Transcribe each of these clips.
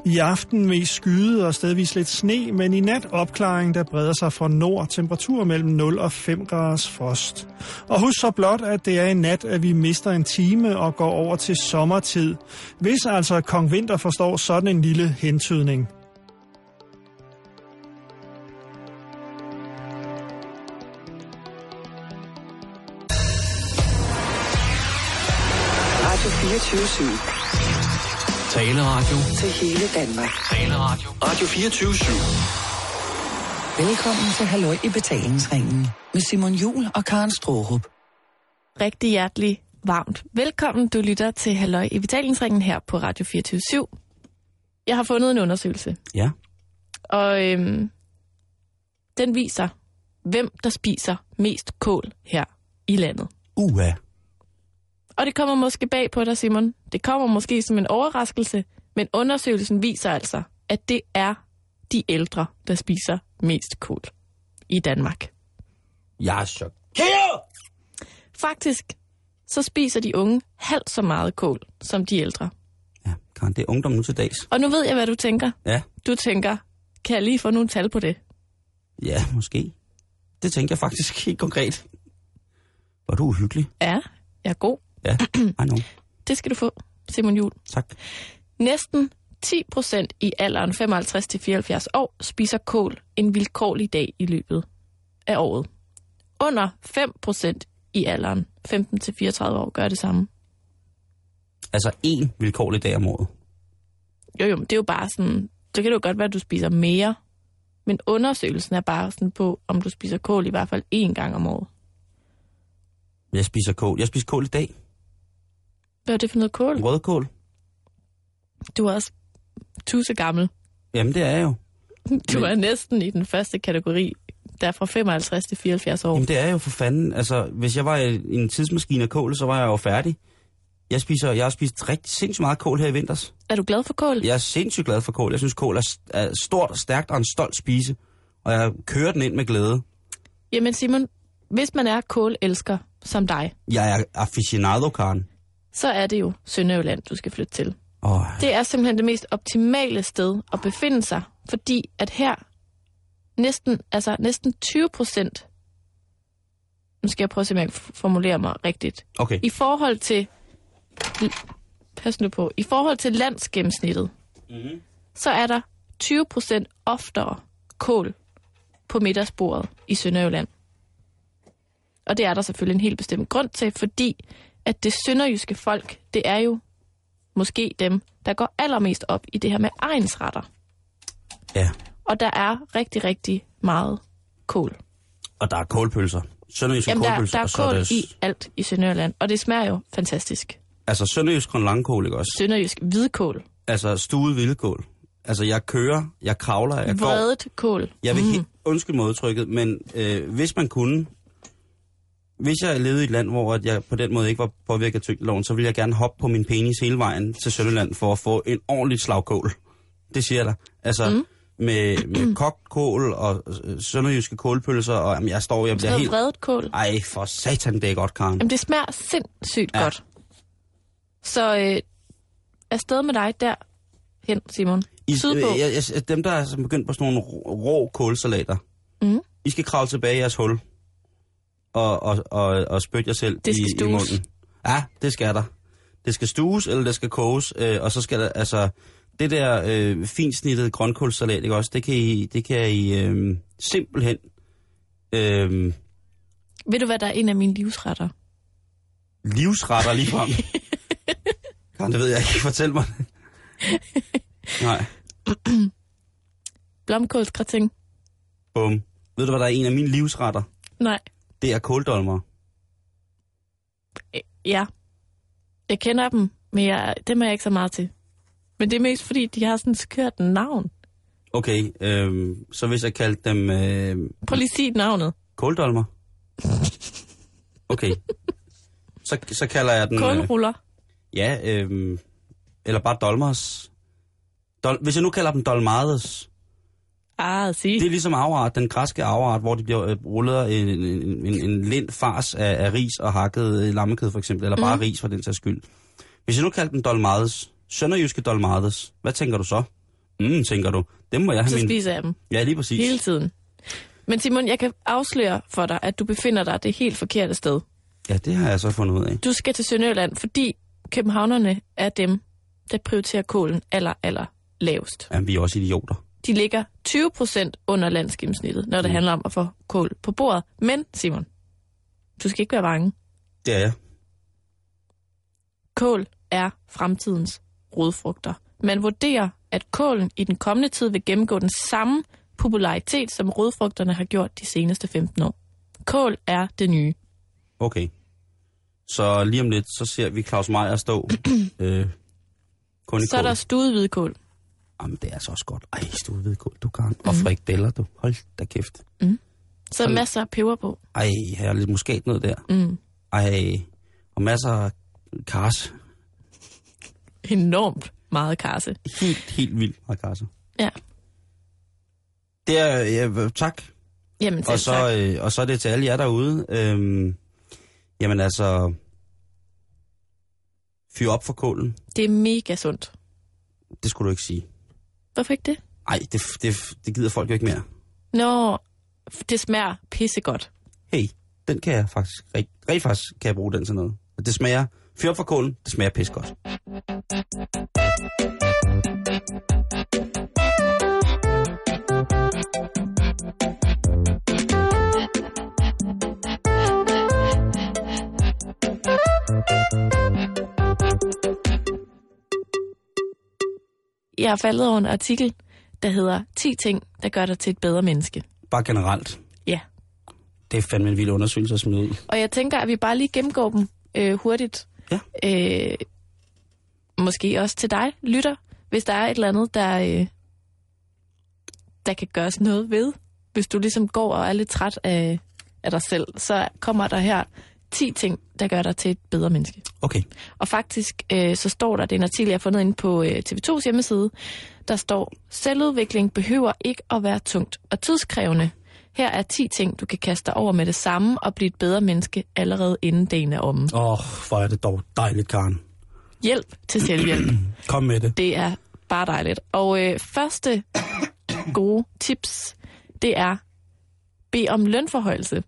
I aften mest skyde og stedvis lidt sne, men i nat opklaring, der breder sig fra nord. Temperatur mellem 0 og 5 graders frost. Og husk så blot, at det er i nat, at vi mister en time og går over til sommertid. Hvis altså Kong Vinter forstår sådan en lille hentydning. Radio 24/7. Taleradio. Til hele Danmark. Taleradio. Radio 24/7. Velkommen til Halløj i betalingsringen med Simon Juhl og Karen Straarup. Rigtig hjertelig varmt velkommen. Du lytter til Halløj i betalingsringen her på Radio 24/7. Jeg har fundet en undersøgelse. Ja. Og den viser, hvem der spiser mest kål her i landet. Og det kommer måske bag på dig, Simon. Det kommer måske som en overraskelse, men undersøgelsen viser altså, at det er de ældre, der spiser mest kål i Danmark. Jeg er chokeret! Faktisk, så spiser de unge halvt så meget kål som de ældre. Ja, Karen, det er ungdom nu til dags. Og nu ved jeg, hvad du tænker. Ja. Du tænker, kan jeg lige få nogle tal på det? Ja, måske. Det tænker jeg faktisk helt konkret. Var du uhyggelig? Ja, jeg er god. Ja, I know. Det skal du få, Simon Juhl. Tak. Næsten 10% i alderen 55-74 år spiser kål en vilkårlig dag i løbet af året. Under 5% i alderen 15-34 år gør det samme. Altså én vilkårlig dag om året. Jo, men det er jo bare sådan, så kan det jo godt være, at du spiser mere, men undersøgelsen er bare sådan på, om du spiser kål i hvert fald 1 gang om året. Jeg spiser kål. Jeg spiser kål i dag. Hvad er det for noget kål? Rødkål. Du er også tusse gammel. Jamen, det er jeg jo. Du er næsten i den første kategori, der er fra 55 til 74 år. Jamen, det er jo for fanden. Altså, hvis jeg var i en tidsmaskine af kål, så var jeg jo færdig. Jeg har spist rigtig sindssygt meget kål her i vinters. Er du glad for kål? Jeg er sindssygt glad for kål. Jeg synes, kål er stort, stærkt og en stolt spise. Og jeg kører den ind med glæde. Jamen Simon, hvis man er kålelsker som dig... Jeg er aficionado, Karen. Så er det jo Sønderjylland, du skal flytte til. Det er simpelthen det mest optimale sted at befinde sig, fordi at her næsten 20%, nu skal jeg prøve at se, om jeg kan formulere mig rigtigt, okay. i forhold til landsgennemsnittet, så er der 20% oftere kål på middagsbordet i Sønderjylland. Og det er der selvfølgelig en helt bestemt grund til, fordi at det sønderjyske folk, det er jo måske dem, der går allermest op i det her med egnsretter. Ja. Og der er rigtig, rigtig meget kål. Og der er kålpølser. Sønderjyske kålpølser. Der er kål i alt i Sønderjylland, og det smager jo fantastisk. Altså sønderjysk grønlangkål, ikke også? Sønderjysk hvidkål. Altså stuet hvidkål. Altså jeg kravler, jeg går. Vredet kål. Jeg vil helt undskylde modtrykket, men hvis man kunne... Hvis jeg levede i et land, hvor jeg på den måde ikke var påvirket af tyngdeloven, så ville jeg gerne hoppe på min penis hele vejen til Sønderjylland for at få en ordentlig slagkål. Det siger jeg da. Altså med kogt kål og sønderjyske kålpølser, og jamen, jeg bliver helt... Vredet kål. Ej, for satan, det er godt, Karen. Jamen, det smager sindssygt godt. Så afsted med dig derhen, Simon. Dem, der er begyndt på sådan nogle rå kålsalater, I skal kravle tilbage i jeres hul. Og spytte jer selv i munden. Ja, det skal der. Det skal stues, eller det skal koges, og så skal der, altså, det der finsnittede grønkålssalat, ikke også, det kan I simpelthen... Ved du, hvad der er en af mine livsretter? Livsretter ligefrem? Det ved jeg ikke. Fortæl mig det. Nej. Blomkålsgratin. Bum. Ved du, hvad der er en af mine livsretter? Nej. Det er kåldolmer. Ja. Jeg kender dem, men dem er jeg ikke så meget til. Men det er mest fordi, de har sådan et skørt navn. Okay, så hvis jeg kaldte dem... Prøv lige at sige navnet. Kåldolmer. Okay. Så kalder jeg den... Kålruller. Ja, eller bare dolmers. Hvis jeg nu kalder dem dolmades... Sig. Det er ligesom afart, den græske afart, hvor de bliver rullet en lind fars af ris og hakket lammekød for eksempel, eller bare ris for den sags skyld. Hvis jeg nu kalder den dolmades, sønderjyske dolmades, hvad tænker du så? Tænker du. Dem må jeg have Så spiser jeg dem. Ja, lige præcis. Hele tiden. Men Simon, jeg kan afsløre for dig, at du befinder dig det helt forkerte sted. Ja, det har jeg så fundet ud af. Du skal til Sønderjylland, fordi københavnerne er dem, der prioriterer kålen aller lavest. Jamen, vi er også idioter. De ligger 20% under landsgennemsnittet, når det handler om at få kål på bordet. Men, Simon, du skal ikke være bange. Det er jeg. Kål er fremtidens rodfrugter. Man vurderer, at kålen i den kommende tid vil gennemgå den samme popularitet, som rodfrugterne har gjort de seneste 15 år. Kål er det nye. Okay. Så lige om lidt, så ser vi Claus Meyer stå kun i kål. Så er der stuet hvidkål. Jamen, det er så også godt. Ej, stuet hvidkål, du kan. Og frikadeller, du. Hold da kæft. Så er masser af peber på. Ej, her er lidt muskatnød der. Ej, og masser af karse. Enormt meget karse. Helt vildt meget karse. Ja. Det er, ja, tak. Jamen, og så er det til alle jer derude. Jamen altså, fyr op for kålen. Det er mega sundt. Det skulle du ikke sige. Hvorfor ikke det? Nej, det gider folk jo ikke mere. Nå, det smager pissegodt. Hey, den kan jeg faktisk, rigtig faktisk kan jeg bruge den til noget. Det smager, fyr op for kålen, det smager pissegodt. Jeg har faldet over en artikel, der hedder 10 ting, der gør dig til et bedre menneske. Bare generelt? Ja. Det er fandme en vild undersøgelse at smide ud. Og jeg tænker, at vi bare lige gennemgår dem hurtigt. Ja. Måske også til dig, lytter, hvis der er et eller andet, der kan gøres noget ved. Hvis du ligesom går og er lidt træt af dig selv, så kommer der her 10 ting, der gør dig til et bedre menneske. Okay. Og faktisk så står der, det er en artikel, jeg har fundet inde på TV2's hjemmeside, der står, selvudvikling behøver ikke at være tungt og tidskrævende. Her er 10 ting, du kan kaste dig over med det samme og blive et bedre menneske allerede inden dagen er omme. Hvor er det dog dejligt, Karen. Hjælp til selvhjælp. Kom med det. Det er bare dejligt. Og første gode tips, det er, bed om lønforhøjelse.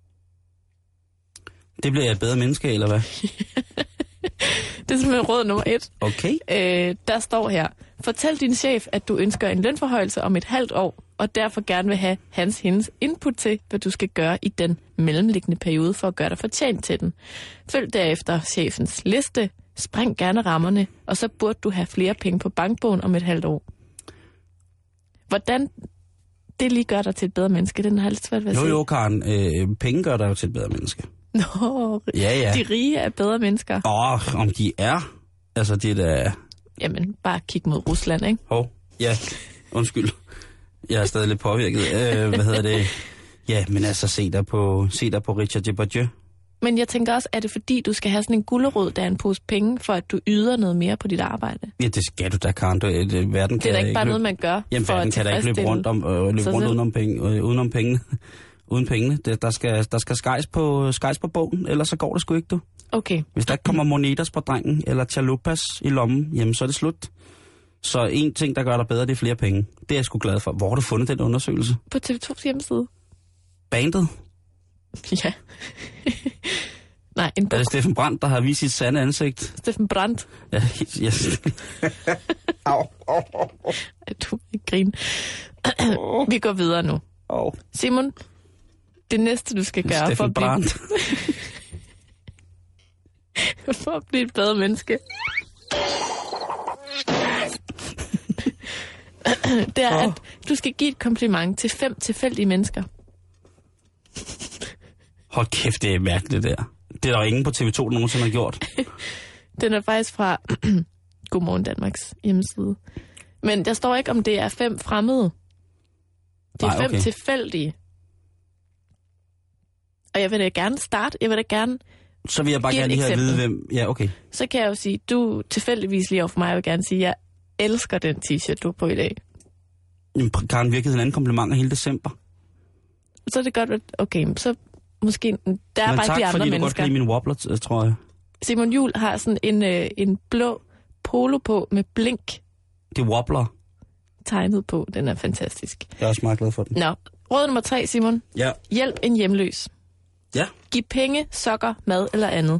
Det bliver jeg et bedre menneske, eller hvad? Det er simpelthen råd nummer 1. Okay. Der står her, fortæl din chef, at du ønsker en lønforhøjelse om et halvt år, og derfor gerne vil have hendes input til, hvad du skal gøre i den mellemliggende periode for at gøre dig fortjent til den. Følg derefter chefens liste, spring gerne rammerne, og så burde du have flere penge på bankbogen om et halvt år. Hvordan det lige gør dig til et bedre menneske, den har lidt svært ved at sige. Jo, Karen. Penge gør dig jo til et bedre menneske. Nå, ja. De rige er bedre mennesker. Om de er. Altså, det er da... Jamen, bare kig mod Rusland, ikke? Ja, undskyld. Jeg er stadig lidt påvirket. Hvad hedder det? Ja, men altså, se dig på Richard Depardieu. Men jeg tænker også, er det fordi, du skal have sådan en gulerod, der er en pose penge, for at du yder noget mere på dit arbejde? Ja, det skal du da, Karen. Verden det er da ikke bare noget, man gør. Jamen, verden kan da ikke løbe rundt udenom pengene. Uden pengene. Der skal skejs på bogen, ellers så går det sgu ikke, du. Okay. Hvis der ikke kommer monetas på drengen, eller chalupas i lommen, jamen så er det slut. Så en ting, der gør dig bedre, det er flere penge. Det er jeg sgu glad for. Hvor har du fundet den undersøgelse? På TV2's hjemmeside. Bandet? Ja. Nej, en bog. Er det Steffen Brandt, der har vist sit sande ansigt? Steffen Brandt? Ja, yes. Du ikke grine. Vi går videre nu. Simon, det næste, du skal gøre Steffen Brandt. for at blive et bedre menneske, det er, at du skal give et kompliment til 5 tilfældige mennesker. Hold kæft, det er mærkeligt, det der. Det er der ingen på TV2, der nogensinde har gjort. Den er faktisk fra Godmorgen Danmarks hjemmeside. Men der står ikke, om det er 5 fremmede. Det er 5 tilfældige. Og jeg vil da gerne starte. Så vil jeg bare gerne lige have at vide, hvem... Ja, okay. Så kan jeg jo sige, du tilfældigvis lige over for mig, jeg vil gerne sige, jeg elsker den t-shirt, du er på i dag. Jamen, Karen virkede en anden kompliment hele december. Så er det godt, okay, så måske... Der er bare de andre mennesker. Men tak, fordi du godt kan lide min wobbler, tror jeg. Simon Juhl har sådan en blå polo på med blink. Det er wobbler. tegnet på. Den er fantastisk. Jeg er også meget glad for den. Nå, råd nummer 3, Simon. Ja. Hjælp en hjemløs. Ja. Giv penge, sokker, mad eller andet.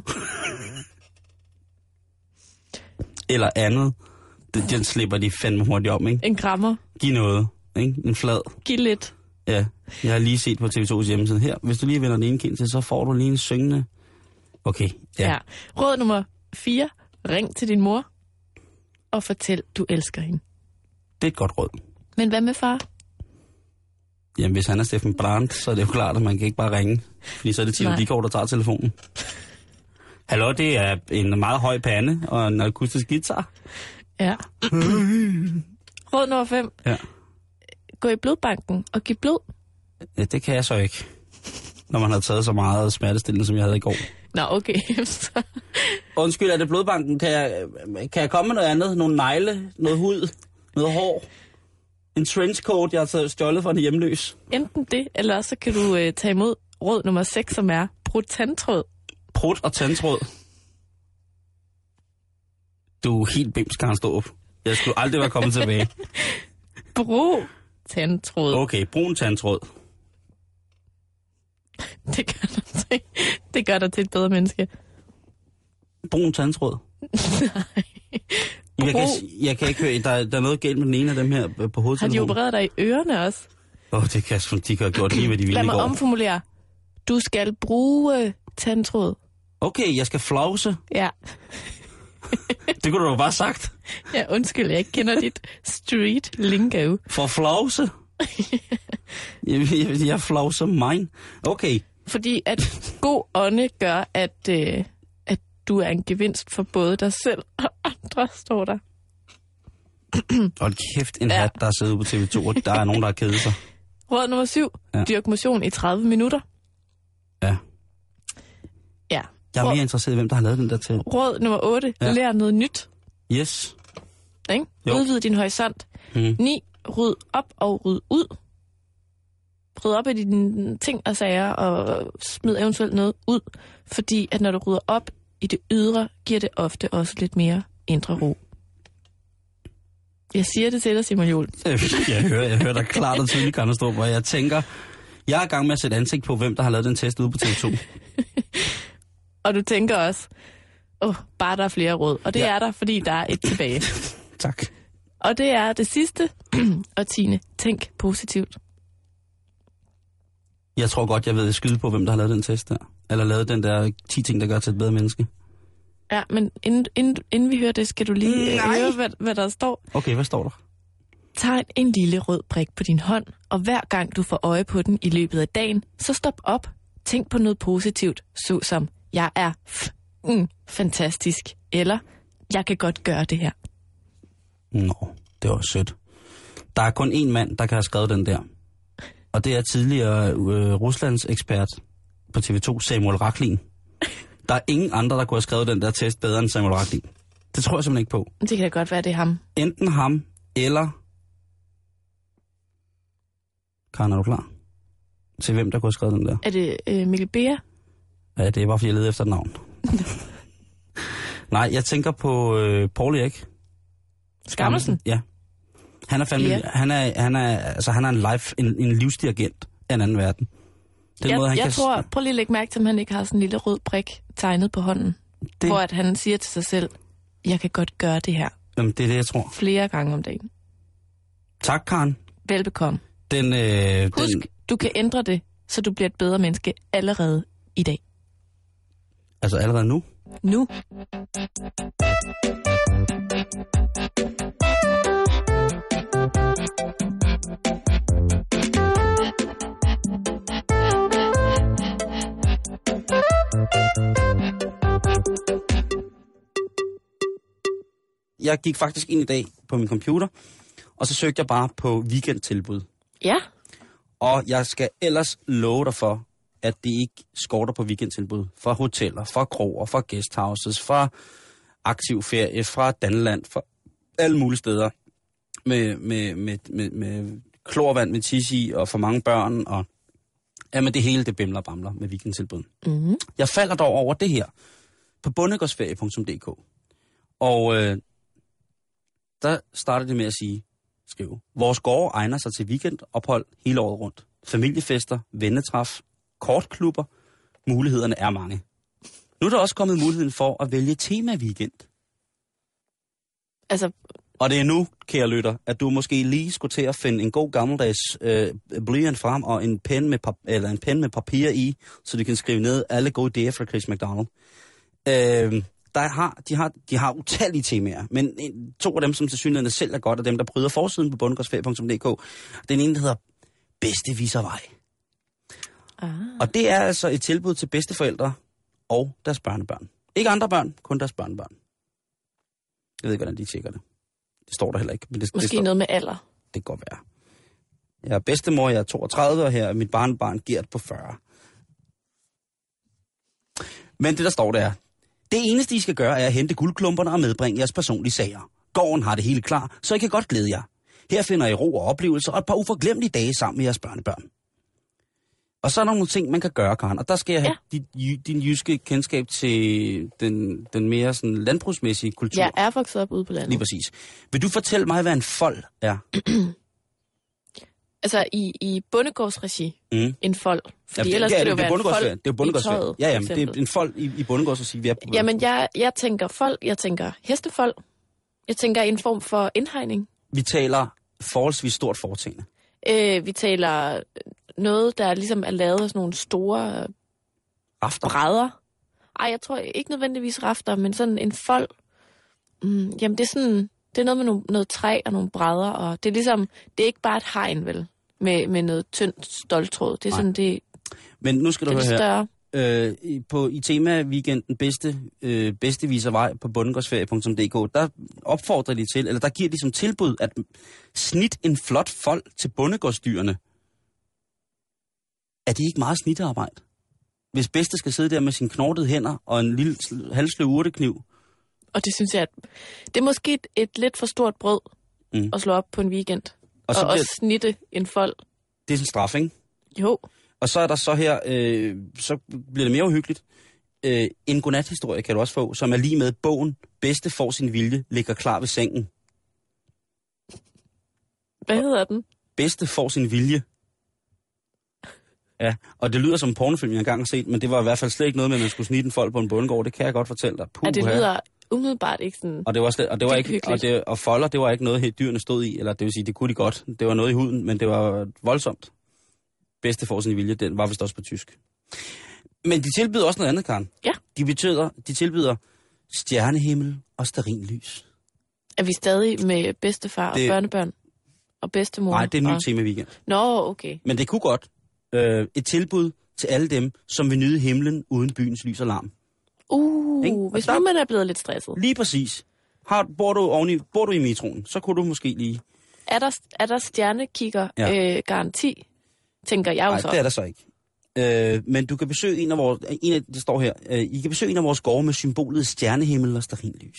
Eller andet. Den slipper de fandme hurtigt om, ikke? En krammer. Giv noget, ikke? En flad. Giv lidt. Ja, jeg har lige set på TV2's hjemmeside her. Hvis du lige vender den ene kind til, så får du lige en syngende. Okay, ja. Råd nummer 4. Ring til din mor og fortæl, du elsker hende. Det er et godt råd. Men hvad med far? Jamen, hvis han er Steffen Brandt, så er det jo klart, at man kan ikke bare ringe. Fordi så er det Tino Dickow, der tager telefonen. Hallo, det er en meget høj pande og en akustisk guitar. Ja. Råd nummer 5. Ja. Gå i blodbanken og giv blod. Ja, det kan jeg så ikke. Når man har taget så meget smertestillende, som jeg havde i går. Nå, okay. Undskyld, er det blodbanken? Kan jeg komme med noget andet? Nogle negle? Noget hud? Noget hår? En trenchcoat, jeg har taget stjålet fra en hjemløs? Enten det, eller så kan du tage imod råd nummer 6, som er brud tandtråd. Prut og tandtråd. Du er helt bims, Karen Staarup. Jeg skulle aldrig være kommet tilbage. Brug tandtråd. Okay, brun tandtråd. Det gør dig til et bedre menneske. Brun tandtråd? Nej. Jeg kan ikke høre, der er noget galt med den ene af dem her på hovedtelefonen. Har de opereret dig i ørerne også? Det kan de have gjort lige, hvad de ville i går. Lad mig omformulere. Du skal bruge tandtråd. Okay, jeg skal flause. Ja. Det kunne du jo bare sagt. Ja, undskyld, jeg ikke kender dit street lingo. For flause? jeg flauser mine. Okay. Fordi at god ånde gør, at du er en gevinst for både dig selv og andre, står der. Hold kæft, en hat, der er siddet på TV2, og der er nogen, der har kedet sig. Råd nummer 7. Ja. Dyrk motion i 30 minutter. Ja. Ja. Jeg er mere interesseret i, hvem der har lavet den der til. Råd nummer 8. Ja. Lær noget nyt. Yes. Ikke? Udvid din horisont. 9. Ryd op og ryd ud. Ryd op i dine ting og sager, og smid eventuelt noget ud. Fordi at når du rydder op i det ydre, giver det ofte også lidt mere indre ro. Jeg siger det til dig, Simon Juhl. Jeg hører dig klart og tydeligt, Karen Staarup, og jeg tænker, jeg er i gang med at sætte ansigt på, hvem der har lavet den test ude på TV2. Og du tænker også, bare der er flere råd. Og det er der, fordi der er et tilbage. Tak. Og det er det sidste og 10. Tænk positivt. Jeg tror godt, jeg ved skyde på, hvem der har lavet den test der. Eller lavet den der 10 ting, der gør til et bedre menneske. Ja, men inden vi hører det, skal du lige høre, hvad der står. Okay, hvad står der? Tegn en lille rød prik på din hånd, og hver gang du får øje på den i løbet af dagen, så stop op. Tænk på noget positivt, såsom, jeg er fantastisk, eller jeg kan godt gøre det her. Nå, det var sødt. Der er kun én mand, der kan have skrevet den der. Og det er tidligere Ruslands ekspert på TV2, Samuel Rachlin. Der er ingen andre, der kunne have skrevet den der test bedre end Samuel Rachlin. Det tror jeg simpelthen ikke på. Det kan da godt være, det er ham. Enten ham, eller... Karen, er du klar? Til hvem, der kunne have skrevet den der? Er det Mikkel Beer? Ja, det er bare, fordi jeg leder efter et navn. Nej, jeg tænker på Paul Erik Skammelsen? Ja. Han er fandme... Yeah. Han er en livsdirigent af en anden verden. Jeg tror, prøv lige at lægge mærke til, om han ikke har sådan en lille rød prik tegnet på hånden. Det... Hvor at han siger til sig selv, jeg kan godt gøre det her. Jamen, det er det, jeg tror. Flere gange om dagen. Tak, Karen. Velbekomme. Husk, du kan ændre det, så du bliver et bedre menneske allerede i dag. Altså allerede nu? Nu. Jeg gik faktisk ind i dag på min computer, og så søgte jeg bare på weekendtilbud. Ja. Og jeg skal ellers love dig for, at det ikke skorter på weekendtilbud. Fra hoteller, fra kroger, fra guesthouses, fra aktiv ferie, fra Danland, fra alle mulige steder. Med klorvand med tisi og for mange børn. Og jamen det hele, det bimler og bamler med weekendtilbud. Mm-hmm. Jeg falder dog over det her på bondegårdsferie.dk. Og der starter det med at sige, skrive. Vores gårde egner sig til weekendophold hele året rundt. Familiefester, vennetræf, kortklubber. Mulighederne er mange. Nu er der også kommet muligheden for at vælge tema-weekend. Altså... Og det er nu, kære lytter, at du måske lige skulle til at finde en god gammeldags blyant frem og en pen med papir i, så du kan skrive ned alle gode idéer fra Chris McDonald. De har utallige temaer, men to af dem, som til synligheden selv er godt, er dem, der bryder forsiden på bondegårdsferie.dk. Den ene, der hedder Bedste viser vej. Og det er altså et tilbud til bedsteforældre og deres børnebørn. Ikke andre børn, kun deres børnebørn. Jeg ved ikke, hvordan de tjekker det. Det står der heller ikke. Men Måske det står, noget med alder. Det kan godt være. Jeg er bedstemor, jeg er 32, og her er mit barnebarn Gert på 40. Men det, der står der, det eneste, I skal gøre, er at hente guldklumperne og medbringe jeres personlige sager. Gården har det hele klar, så I kan godt glæde jer. Her finder I ro og oplevelser og et par uforglemmelige dage sammen med jeres børnebørn. Og så er der nogle ting, man kan gøre, Karen. Og der skal jeg have din jyske kendskab til den mere sådan landbrugsmæssige kultur. Jeg er vokset op ude på landet. Lige præcis. Vil du fortælle mig, hvad en fold er? Altså i bondegårdsregi, en fold. Fordi ellers det skal det jo være en fold. Det er jo bondegårdsferie. Ja, men det er en fold i bondegårdsregi. Jamen, jeg tænker fold, jeg tænker hestefold. Jeg tænker en form for indhegning. Vi taler forholdsvis stort foretagende. Vi taler noget, der ligesom er lavet af sådan nogle store rafter. Brædder. Ej, jeg tror ikke nødvendigvis rafter, men sådan en fold. Jamen, det er sådan... Det er noget med noget træ og nogle brædder, og det er ligesom... Det er ikke bare et hegn, vel? Med noget tyndt ståltråd. Det er sådan, det... Men nu skal du høre større. Her. I tema-weekenden bedste viser vej på bondegårdsferie.dk, der opfordrer de til, eller der giver de som tilbud, at snit en flot fold til bondegårdsdyrene. Er det ikke meget snitarbejde? Hvis bedste skal sidde der med sine knortede hænder og en lille halvsløv urtekniv. Og det synes jeg, det er måske et lidt for stort brød at slå op på en weekend. Og snitte en fold. Det er sådan en straf, ikke? Jo. Og så er der så her, så bliver det mere uhyggeligt. En godnathistorie kan du også få, som er lige med bogen Bedste får sin vilje, ligger klar ved sengen. Hvad hedder den? Bedste får sin vilje. Ja, og det lyder som en pornofilm, jeg engang har set, men det var i hvert fald slet ikke noget med, at man skulle snitte en folk på en bondegård. Det kan jeg godt fortælle dig. Ja, det lyder umiddelbart ikke sådan. Og det var ikke, og folder, det var ikke noget, helt dyrene stod i, eller det vil sige, det kunne de godt. Det var noget i huden, men det var voldsomt. Bedste får sin vilje, den var vist også på tysk. Men de tilbyder også noget andet, Karen. Ja. De tilbyder stjernehimmel og stearinlys. Er vi stadig med bedstefar og børnebørn og bedstemor? Nej, det er en ny tema weekend. Nå, okay. Men det kunne godt. Et tilbud til alle dem, som vil nyde himlen uden byens lys og larm. Hvis nu man er blevet lidt stresset. Lige præcis. Bor du i metroen, så kunne du måske lige... Er der stjernekigger garanti, tænker jeg jo så. Nej, det er der så ikke. Men du kan besøge det står her, I kan besøge en af vores gårde med symbolet stjernehimmel og stearinlys.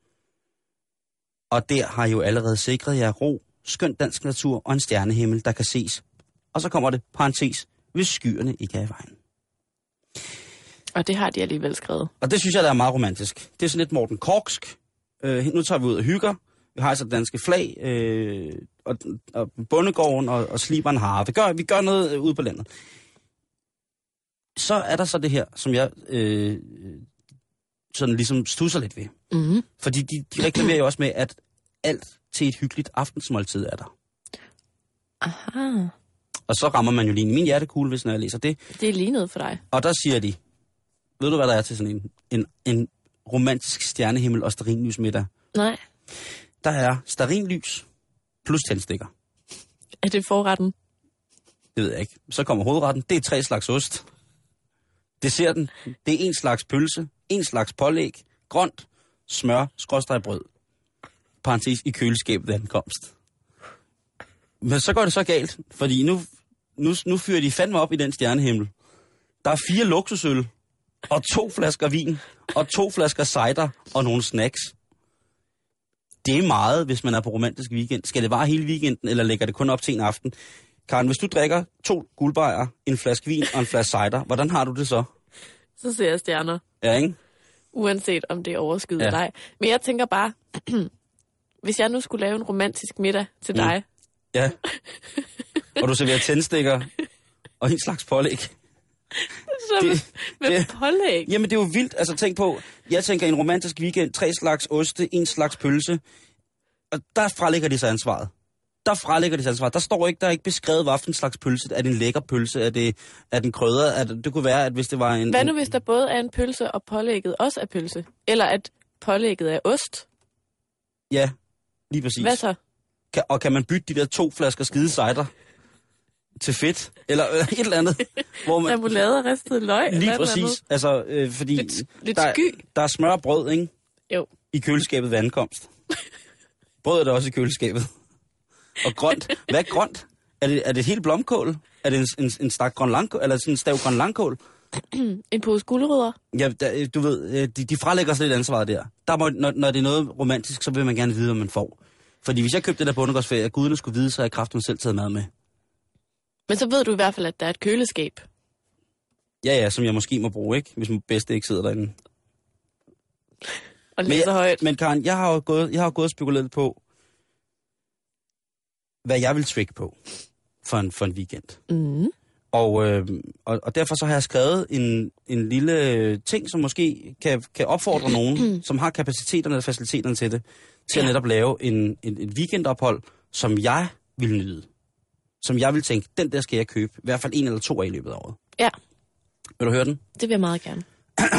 Og der har I jo allerede sikret jer ro, skøn dansk natur og en stjernehimmel, der kan ses. Og så kommer det, parentes, hvis skyerne ikke er i vejen. Og det har de alligevel skrevet. Og det synes jeg, der er meget romantisk. Det er sådan lidt Morten Korksk. Nu tager vi ud og hygger. Vi har altså danske flag, og bondegården og sliber en hare. Vi gør noget ude på landet. Så er der så det her, som jeg sådan ligesom stusser lidt ved. Mm-hmm. Fordi de reklamerer jo også med, at alt til et hyggeligt aftensmåltid er der. Aha. Og så rammer man jo lige i min hjertekugle, hvis når jeg læser det. Det er lige noget for dig. Og der siger de, ved du hvad der er til sådan en romantisk stjernehimmel og stearinlys middag? Nej. Der er stearinlys plus tændstikker. Er det forretten? Det ved jeg ikke. Så kommer hovedretten. Det er 3 slags ost. Desserten, det er 1 slags pølse, 1 slags pålæg, grønt, smør, skråstregbrød. Parentes i køleskabet ankomst. Men så går det så galt, fordi nu fyrer de fandme op i den stjernehimmel. Der er 4 luksusøl, og 2 flasker vin, og 2 flasker cider, og nogle snacks. Det er meget, hvis man er på romantisk weekend. Skal det vare hele weekenden, eller lægger det kun op til en aften? Karen, hvis du drikker 2 guldbajer, en flaske vin og en flaske cider, hvordan har du det så? Så ser jeg stjerner. Ja, ikke? Uanset om det er overskyet eller ej. Men jeg tænker bare, hvis jeg nu skulle lave en romantisk middag til dig. Ja. Og du serverer tændstikker og en slags pålæg. Med pålæg? Jamen, det er jo vildt. Altså, tænk på, jeg tænker en romantisk weekend, 3 slags oste, 1 slags pølse. Og der fralægger de sig ansvaret. Der står ikke, der er ikke beskrevet, hvad for en slags pølse. Er det en lækker pølse? Er den krydret? Det kunne være, at hvis det var en... Hvad nu, hvis der både er en pølse, og pålægget også er pølse? Eller at pålægget er ost? Ja, lige præcis. Hvad så? Kan man bytte de der 2 flasker skide cider til fedt? Eller et eller andet? Hvor man... Remoulade og ristet løg? Lige præcis. Altså, fordi lidt sky. Der er smør og brød, ikke? Jo. I køleskabet ved ankomst. Brød er der også i køleskabet. Og grønt. Hvad er grønt? Er det et helt blomkål? Er det en stak grøn langkål? Eller sådan en stav grøn langkål? En pose gulerødder? Ja, du ved, de fralægger sig lidt ansvaret der. Når det er noget romantisk, så vil man gerne vide, hvad man får. Fordi hvis jeg købte det der bondegårdsferie, at guderne skulle vide, så har jeg kraften selv taget mad med. Men så ved du i hvert fald, at der er et køleskab. Ja, som jeg måske må bruge, ikke? Hvis min bedste ikke sidder derinde. Og læser højt. Men Karen, jeg har jo gået og spekuleret på, hvad jeg vil trick på for en weekend. Mm. Og derfor så har jeg skrevet en lille ting, som måske kan opfordre nogen, som har kapaciteterne og faciliteterne til det, til at netop lave en weekendophold, som jeg vil nyde. Som jeg vil tænke, den der skal jeg købe. I hvert fald 1 eller 2 af i løbet af året. Ja. Vil du høre den? Det vil jeg meget gerne.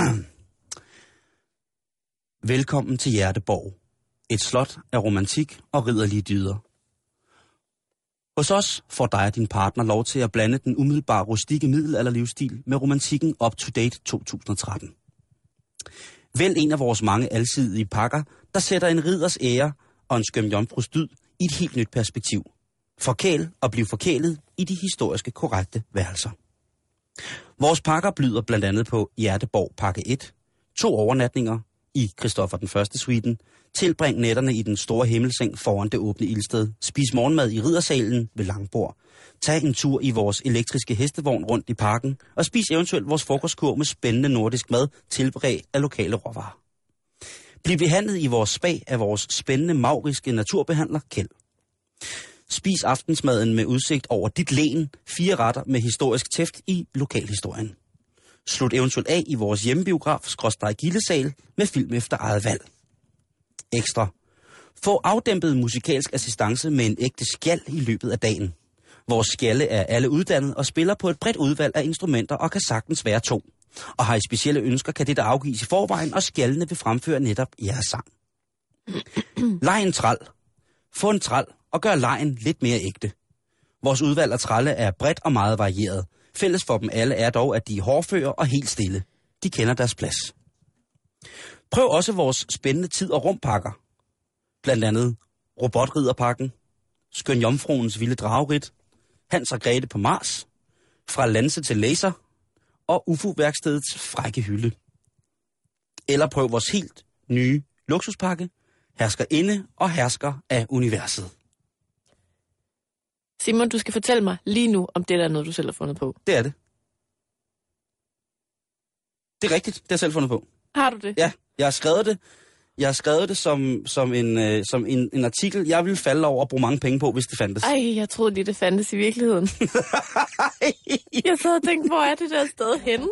Velkommen til Hjerteborg. Et slot af romantik og ridderlige dyder. Hos os får dig og din partner lov til at blande den umiddelbare rustikke middelalderlivsstil med romantikken Up to Date 2013. Vælg en af vores mange alsidige pakker, der sætter en ridders ære og en skøn jomfrus dyd i et helt nyt perspektiv. Forkæl og bliv forkælet i de historiske korrekte værelser. Vores pakker byder blandt andet på Hjerteborg pakke 1, 2 overnatninger i Christoffer den første suiten, tilbring nætterne i den store himmelseng foran det åbne ildsted, spis morgenmad i riddersalen ved langbord, tag en tur i vores elektriske hestevogn rundt i parken, og spis eventuelt vores frokostkur med spændende nordisk mad, tilberedt af lokale råvarer. Bliv behandlet i vores spa af vores spændende mauriske naturbehandler Kjeld. Spis aftensmaden med udsigt over dit len, 4 retter med historisk tæft i lokalhistorien. Slut eventuelt af i vores hjemmebiograf/gildesal med film efter eget valg. Ekstra. Få afdæmpet musikalsk assistance med en ægte skjald i løbet af dagen. Vores skjalde er alle uddannet og spiller på et bredt udvalg af instrumenter og kan sagtens være 2. Og har I specielle ønsker, kan dette afgives i forvejen, og skjaldene vil fremføre netop jeres sang. Leg en træl. Få en træl og gør legen lidt mere ægte. Vores udvalg af trælle er bredt og meget varieret. Fælles for dem alle er dog, at de er hårdføre og helt stille. De kender deres plads. Prøv også vores spændende tid- og rumpakker. Blandt andet Robotridderpakken, Skøn Jomfruens vilde drageridt, Hans og Grete på Mars, Fra Lanse til Laser og UFO-værkstedets frække hylde. Eller prøv vores helt nye luksuspakke, Herskerinde og Hersker af universet. Simon, du skal fortælle mig lige nu, om det der er noget, du selv har fundet på. Det er det. Det er rigtigt, det har jeg selv fundet på. Har du det? Ja, jeg har skrevet det som en artikel, jeg ville falde over og bruge mange penge på, hvis det fandtes. Ej, jeg troede lige, det fandtes i virkeligheden. Jeg sad og tænkte, hvor er det der sted henne?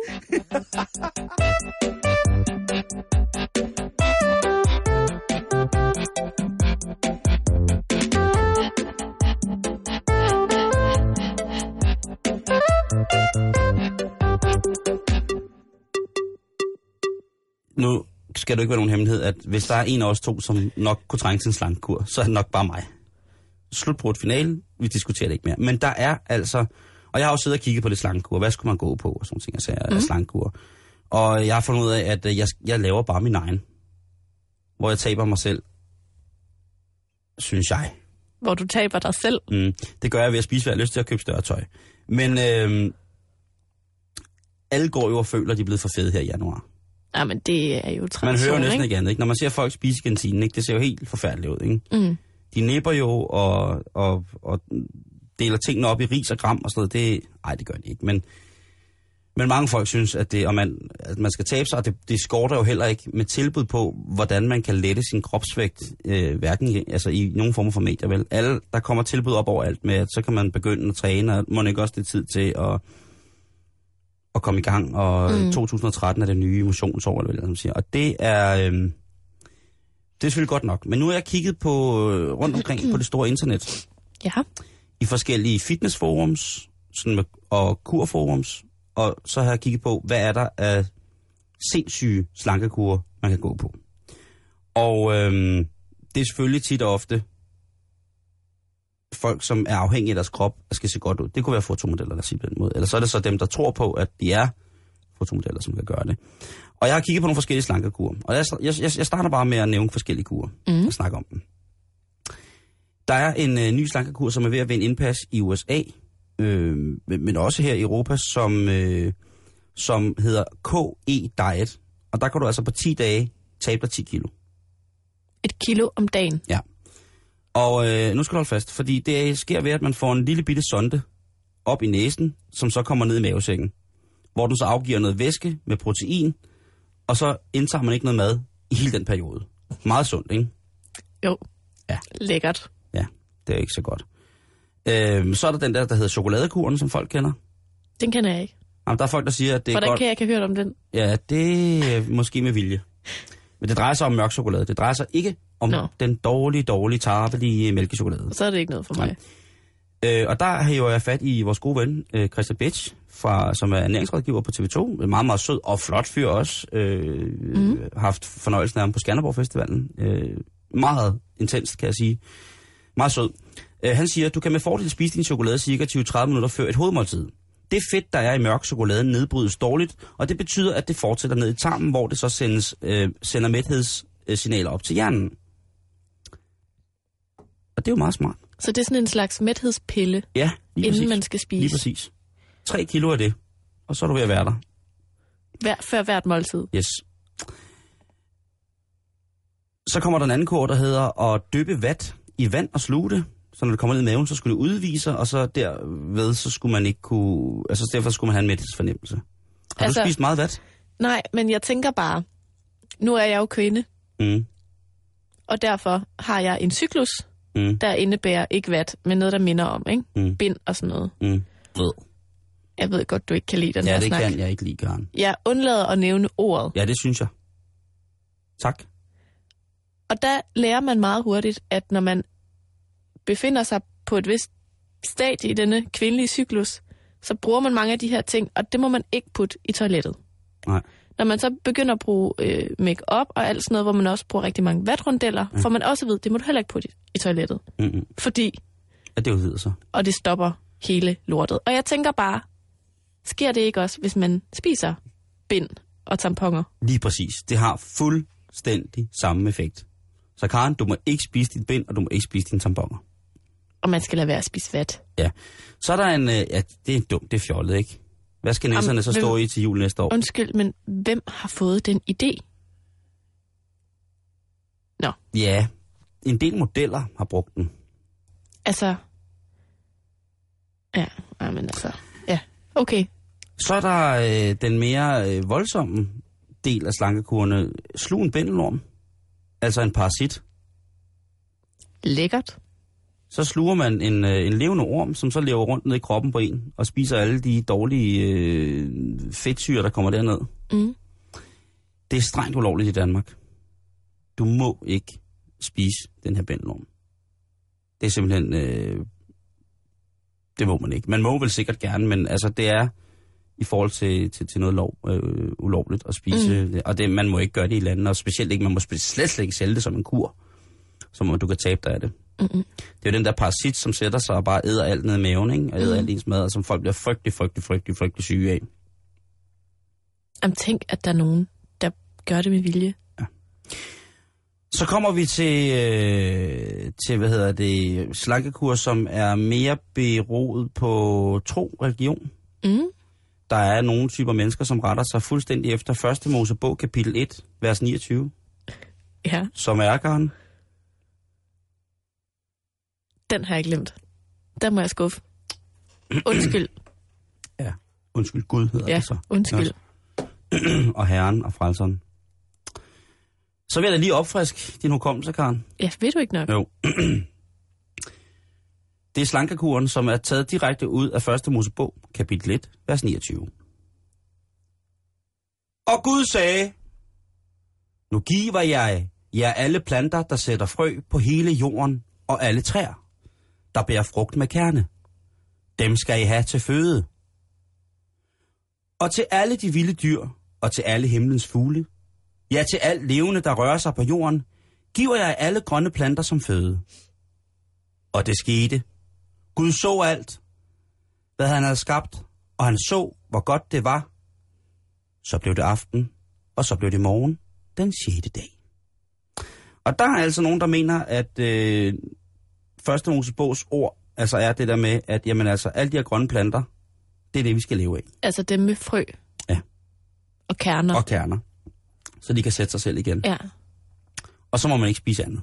Nu skal du ikke være nogen hemmelighed, at hvis der er en af os 2, som nok kunne trænge til en slankekur, så er det nok bare mig. Slutbrudt finalen, vi diskuterer det ikke mere. Men der er altså, og jeg har også siddet og kigget på det slankekur, hvad skulle man gå på, og sådan ting, jeg sagde, slankekur. Og jeg har fundet ud af, at jeg laver bare min egen, hvor jeg taber mig selv, synes jeg. Hvor du taber dig selv? Det gør jeg ved at spise, hvad jeg har lyst til at købe større tøj. Men alle går jo og føler, at de er blevet for fede her i januar. Ja, men det er jo tradition, man hører jo næsten ikke? ikke andet, ikke? Når man ser folk spise i kantinen, ikke? Det ser jo helt forfærdeligt ud, ikke? Mm. De nipper jo og deler tingene op i ris og gram og sådan noget. Det gør de ikke. Men mange folk synes, at man skal tabe sig, og det skorter jo heller ikke med tilbud på, hvordan man kan lette sin kropsvægt, hverken altså i nogen former for medier, vel. Der kommer tilbud op overalt med, at så kan man begynde at træne, og må ikke også det tid til at komme i gang, og 2013 er det nye motionsår, eller hvad man siger. Og det er selvfølgelig godt nok. Men nu har jeg kigget på rundt omkring på det store internet. Ja. I forskellige fitnessforums og kurforums, og så har jeg kigget på, hvad er der af sindssyge slankekur, man kan gå på. Og det er selvfølgelig tit og ofte folk, som er afhængige af deres krop, og skal se godt ud. Det kunne være fotomodeller, der siger på den måde. Eller så er det så dem, der tror på, at de er fotomodeller, som kan gøre det. Og jeg har kigget på nogle forskellige slankekur. Og jeg starter bare med at nævne forskellige kurer og snakke om dem. Der er en ny slankekur, som er ved at vinde indpas i USA, men også her i Europa, som hedder KE Diet. Og der kan du altså på 10 dage tabe dig 10 kilo. 1 kilo om dagen? Ja. Og nu skal du holde fast, fordi det sker ved, at man får en lille bitte sonde op i næsen, som så kommer ned i mavesækken, hvor den så afgiver noget væske med protein, og så indtager man ikke noget mad i hele den periode. Meget sundt, ikke? Jo. Ja. Lækkert. Ja, det er ikke så godt. Så er der den der hedder chokoladekuren, som folk kender. Den kender jeg ikke. Jamen, der er folk, der siger, at det er hvordan godt. kan jeg ikke have hørt om den? Ja, det er måske med vilje. Men det drejer sig om mørk chokolade. Det drejer sig ikke om den dårlige, tarvelige mælkechokolade. Så er det ikke noget for mig. Og der har jeg fat i vores gode ven, Christian Bitsch, som er ernæringsrådgiver på TV2. En meget, meget sød og flot fyr også. Haft fornøjelsen af ham på Skanderborg Festivalen. Meget intenst, kan jeg sige. Meget sød. Han siger, at du kan med fordel spise din chokolade cirka 20-30 minutter før et hovedmåltid. Det fedt, der er i mørk chokolade, nedbrydes dårligt, og det betyder, at det fortsætter ned i tarmen, hvor det så sender mæthedssignaler op til hjernen. Og det er jo meget smart. Så det er sådan en slags mæthedspille, ja, inden man skal spise? Lige præcis. 3 kilo af det, og så er du ved at være der. Før hvert måltid? Yes. Så kommer der en anden kur, der hedder at dyppe vat i vand og sluge det. Så når det kommer ned i maven, så skulle det udvise sig, og så derved, så skulle man ikke kunne... Altså derfor skulle man have en mæthedsfornemmelse. Har du spist meget vat? Nej, men jeg tænker bare, nu er jeg jo kvinde, og derfor har jeg en cyklus, der indebærer ikke vat, men noget, der minder om, ikke? Bind og sådan noget. Jeg ved godt, du ikke kan lide den her snak. Ja, det kan jeg ikke lide, Karen. Jeg undlader at nævne ordet. Ja, det synes jeg. Tak. Og der lærer man meget hurtigt, at når man befinder sig på et vist stadie i denne kvindelige cyklus, så bruger man mange af de her ting, og det må man ikke putte i toilettet. Nej. Når man så begynder at bruge make-up og alt sådan noget, hvor man også bruger rigtig mange vatrundeller, får man også at vide, det må du heller ikke putte i toilettet. Fordi... Ja, det udvider sig. Og det stopper hele lortet. Og jeg tænker bare, sker det ikke også, hvis man spiser bind og tamponer? Lige præcis. Det har fuldstændig samme effekt. Så Karen, du må ikke spise dit bind, og du må ikke spise dine tamponer. Og man skal lade være at spise vat. Ja. Så er der en... ja, det er dumt, det er fjollet, ikke? Hvad skal næserne så stå i til jul næste år? Undskyld, men hvem har fået den idé? Nå. Ja, en del modeller har brugt den. Altså... Ja, men altså... Ja, okay. Så er der den mere voldsomme del af slankekurene. Slug en bændelorm. Altså en parasit. Lækkert. Så sluger man en levende orm, som så lever rundt ned i kroppen på en, og spiser alle de dårlige fedtsyrer, der kommer derned. Det er strengt ulovligt i Danmark. Du må ikke spise den her bændelorm. Det er simpelthen... det må man ikke. Man må vel sikkert gerne, men altså det er i forhold til noget ulovligt at spise det. Og man må ikke gøre det i landet, og specielt ikke, man må slet ikke sælge det som en kur, som du kan tabe dig af det. Det er jo den der parasit, som sætter sig og bare æder alt ned i maven, ikke? Og æder alt ens mad, og som folk bliver frygtelig syge af. Jamen tænk, at der er nogen, der gør det med vilje. Ja. Så kommer vi til slankekur, som er mere beroet på tro, religion. Der er nogle typer mennesker, som retter sig fuldstændig efter 1. Mosebog, kapitel 1, vers 29. Ja. Som er Karen. Den har jeg glemt. Den må jeg skuffe. Undskyld. Ja. Undskyld, Gud hedder det så. Ja, undskyld. Og Herren og Frelseren. Så vil jeg da lige opfriske din hukommelse, Karen. Ja, ved du ikke nok? Jo. Det er slankekuren, som er taget direkte ud af 1. Mosebog, kapitel 1, vers 29. Og Gud sagde, nu giver jeg jer alle planter, der sætter frø på hele jorden, og alle træer, der bærer frugt med kerne. Dem skal I have til føde. Og til alle de vilde dyr, og til alle himlens fugle, ja, til alt levende, der rører sig på jorden, giver jeg alle grønne planter som føde. Og det skete. Gud så alt, hvad han havde skabt, og han så, hvor godt det var. Så blev det aften, og så blev det morgen, den 6. dag. Og der er altså nogen, der mener, at 1. Mosebogs ord altså er det der med, at jamen, altså, alle de her grønne planter, det er det, vi skal leve af. Altså dem med frø? Ja. Og kerner? Og kerner. Så de kan sætte sig selv igen. Ja. Og så må man ikke spise andet.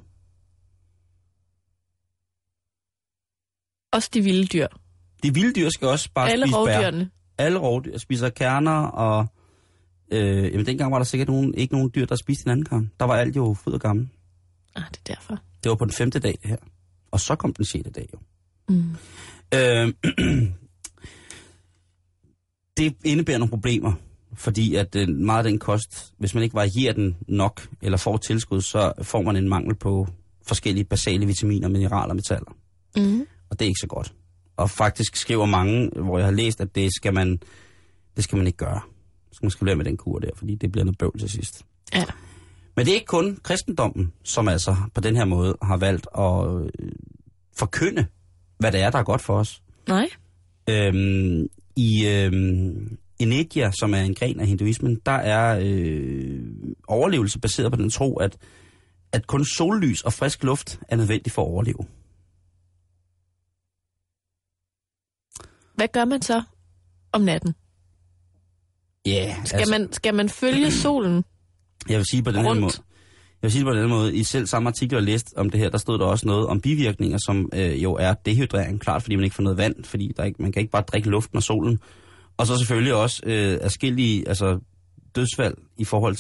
Også de vilde dyr? De vilde dyr skal også bare alle spise bær. Rovdyrene. Alle rovdyr spiser kerner, og jamen dengang var der sikkert ikke nogen dyr, der spiste hinanden, Karen. Der var alt jo fryd og gammel. Ah, det er derfor. Det var på den 5. dag, det her. Og så kom den 6. dag jo. Mm. Det indebærer nogle problemer, fordi at meget af den kost, hvis man ikke varierer den nok, eller får tilskud, så får man en mangel på forskellige basale vitaminer, mineraler og metaller. Mm. Og det er ikke så godt. Og faktisk skriver mange, hvor jeg har læst, at det skal man ikke gøre. Så skal man skrive med den kur der, fordi det bliver noget bøvl til sidst. Ja. Men det er ikke kun kristendommen, som altså på den her måde har valgt at forkynde, hvad det er, der er godt for os. Nej. I India, som er en gren af hinduismen, der er overlevelse baseret på den tro, at kun sollys og frisk luft er nødvendigt for at overleve. Hvad gør man så om natten? Ja, yeah, Skal man følge solen? Jeg vil sige på den her måde. I selv samme artikel, jeg læste om det her, der stod der også noget om bivirkninger, som jo er dehydrering. Klart, fordi man ikke får noget vand, fordi man kan ikke bare drikke luften og solen. Og så selvfølgelig også adskillige dødsfald i forhold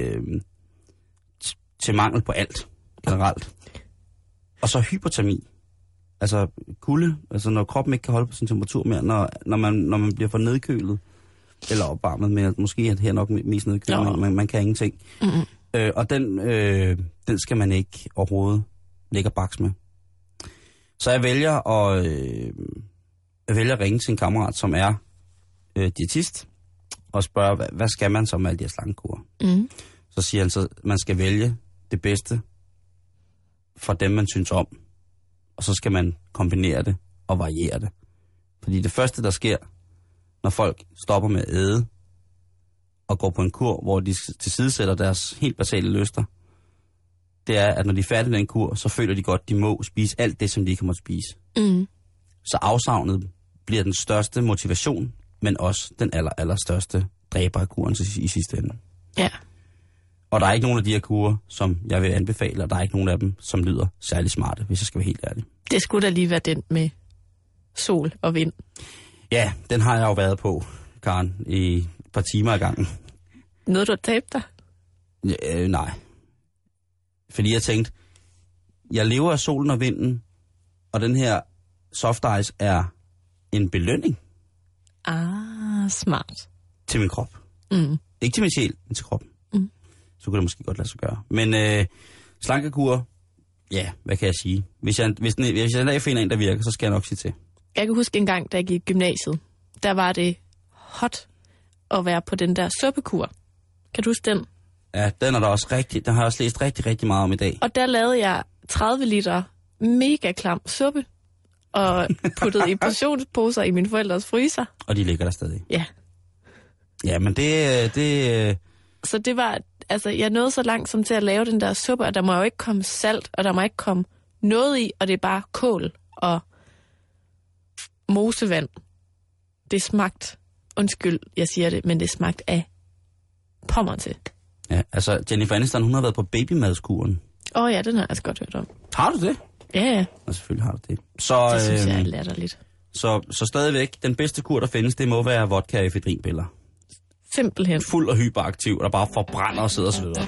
til mangel på alt generelt. Og så hypotermi. Altså kulde, altså når kroppen ikke kan holde på sin temperatur mere, når man bliver for nedkølet, eller opvarmet med, måske er det her nok mest nedkølet, man kan ingenting. Mm-hmm. Og den skal man ikke overhovedet lægge baks med. Så jeg vælger at ringe til en kammerat, som er diætist, og spørge, hvad skal man så med alle de her slankekurer? Mm. Så siger han så, man skal vælge det bedste fra dem, man synes om. Og så skal man kombinere det og variere det. Fordi det første, der sker, når folk stopper med at æde og går på en kur, hvor de tilsidesætter deres helt basale lyster, det er, at når de er færdige med en kur, så føler de godt, de må spise alt det, som de ikke må spise. Mm. Så afsavnet bliver den største motivation, men også den allerstørste dræber af kuren i sidste ende. Ja. Og der er ikke nogen af de her kurer, som jeg vil anbefale, og der er ikke nogen af dem, som lyder særlig smarte, hvis jeg skal være helt ærlig. Det skulle da lige være den med sol og vind. Ja, den har jeg jo været på, Karen, i et par timer ad gangen. Noget, du har tabt dig? Nej. Fordi jeg tænkte, jeg lever af solen og vinden, og den her soft ice er en belønning. Ah, smart. Til min krop. Mm. Ikke til min sjæl, men til kroppen. Mm. Så kunne det måske godt lade sig gøre. Men slankekur, ja, hvad kan jeg sige? Hvis jeg finder en, der virker, så skal jeg nok sige til. Jeg kan huske en gang, da jeg gik i gymnasiet, der var det hot at være på den der suppekur. Kan du huske den? Ja, den har jeg også læst rigtig, rigtig meget om i dag. Og der lavede jeg 30 liter mega klam suppe, og puttede i portionsposer i mine forældres fryser. Og de ligger der stadig? Ja. Ja, men det... Så det var, altså jeg nåede så langt som til at lave den der suppe, og der må jo ikke komme salt, og der må ikke komme noget i, og det er bare kål og mosevand. Det smagte, undskyld, jeg siger det, men det smagte af pommer til. Ja, altså Jennifer Aniston, hun har været på babymadskuren. Ja, den har jeg altså godt hørt om. Har du det? Ja. Og selvfølgelig har du det. Så, det synes jeg er latterligt. Så stadigvæk, den bedste kur, der findes, det må være vodka og efedrinpiller. Simpelthen. Fuld og hyperaktiv, der bare forbrænder og sidder og sveder.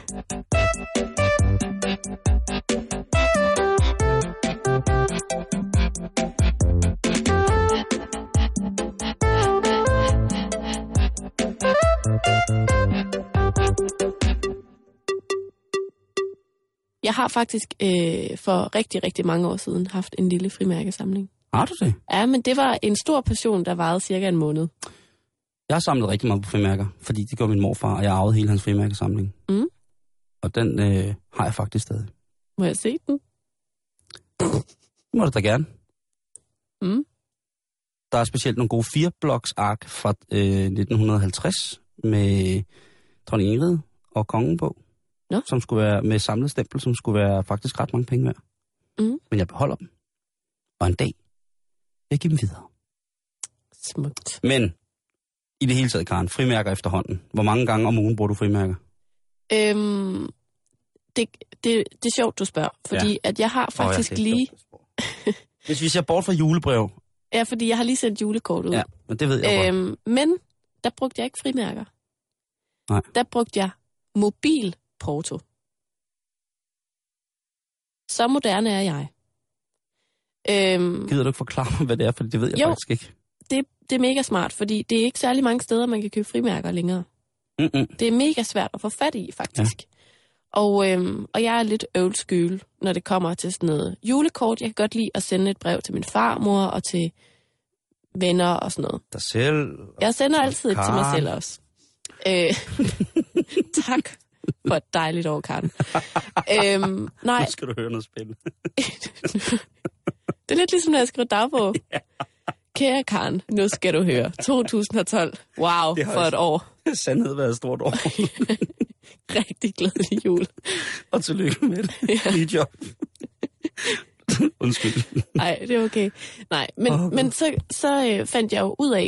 Jeg har faktisk for rigtig, rigtig mange år siden haft en lille frimærkesamling. Har du det? Ja, men det var en stor passion, der varede cirka en måned. Jeg har samlet rigtig meget på frimærker, fordi det gjorde min morfar, og jeg arvede hele hans frimærkesamling. Mm. Og den har jeg faktisk stadig. Må jeg se den? Det må du da gerne. Mm. Der er specielt nogle gode 4-bloks-ark fra 1950 med dronning Ingrid og kongen på. Nå. Som skulle være med samlet stempel, som skulle være faktisk ret mange penge værd. Mm. Men jeg beholder dem. Og en dag vil jeg give dem videre. Smukt. Men i det hele taget, Karen, frimærker efterhånden. Hvor mange gange om ugen bruger du frimærker? Det er sjovt, du spørger, fordi at jeg har faktisk lige... Hvis vi ser bort fra julebrev. Ja, fordi jeg har lige sendt julekort ud. Ja, men det ved jeg godt. Men der brugte jeg ikke frimærker. Nej. Der brugte jeg mobilporto. Så moderne er jeg. Gider du ikke forklare mig, hvad det er, for det ved jeg faktisk ikke. Det er mega smart, fordi det er ikke særlig mange steder, man kan købe frimærker længere. Mm-mm. Det er mega svært at få fat i, faktisk. Ja. Og jeg er lidt old school, når det kommer til sådan noget julekort. Jeg kan godt lide at sende et brev til min farmor og til venner og sådan noget. Dig selv? Jeg sender altid et til mig selv også. Tak for et dejligt år, Karen. Nej. Nu skal du høre noget spændende. Det er lidt ligesom, når jeg skriver dagbog. Ja. Kære Karen, nu skal du høre. 2012. Wow, for et år. Sandhed været et stort år. Rigtig glædelig jul. Og tillykke med det. Ja. Lige job. Undskyld. Nej, det er okay. Nej, men så fandt jeg jo ud af,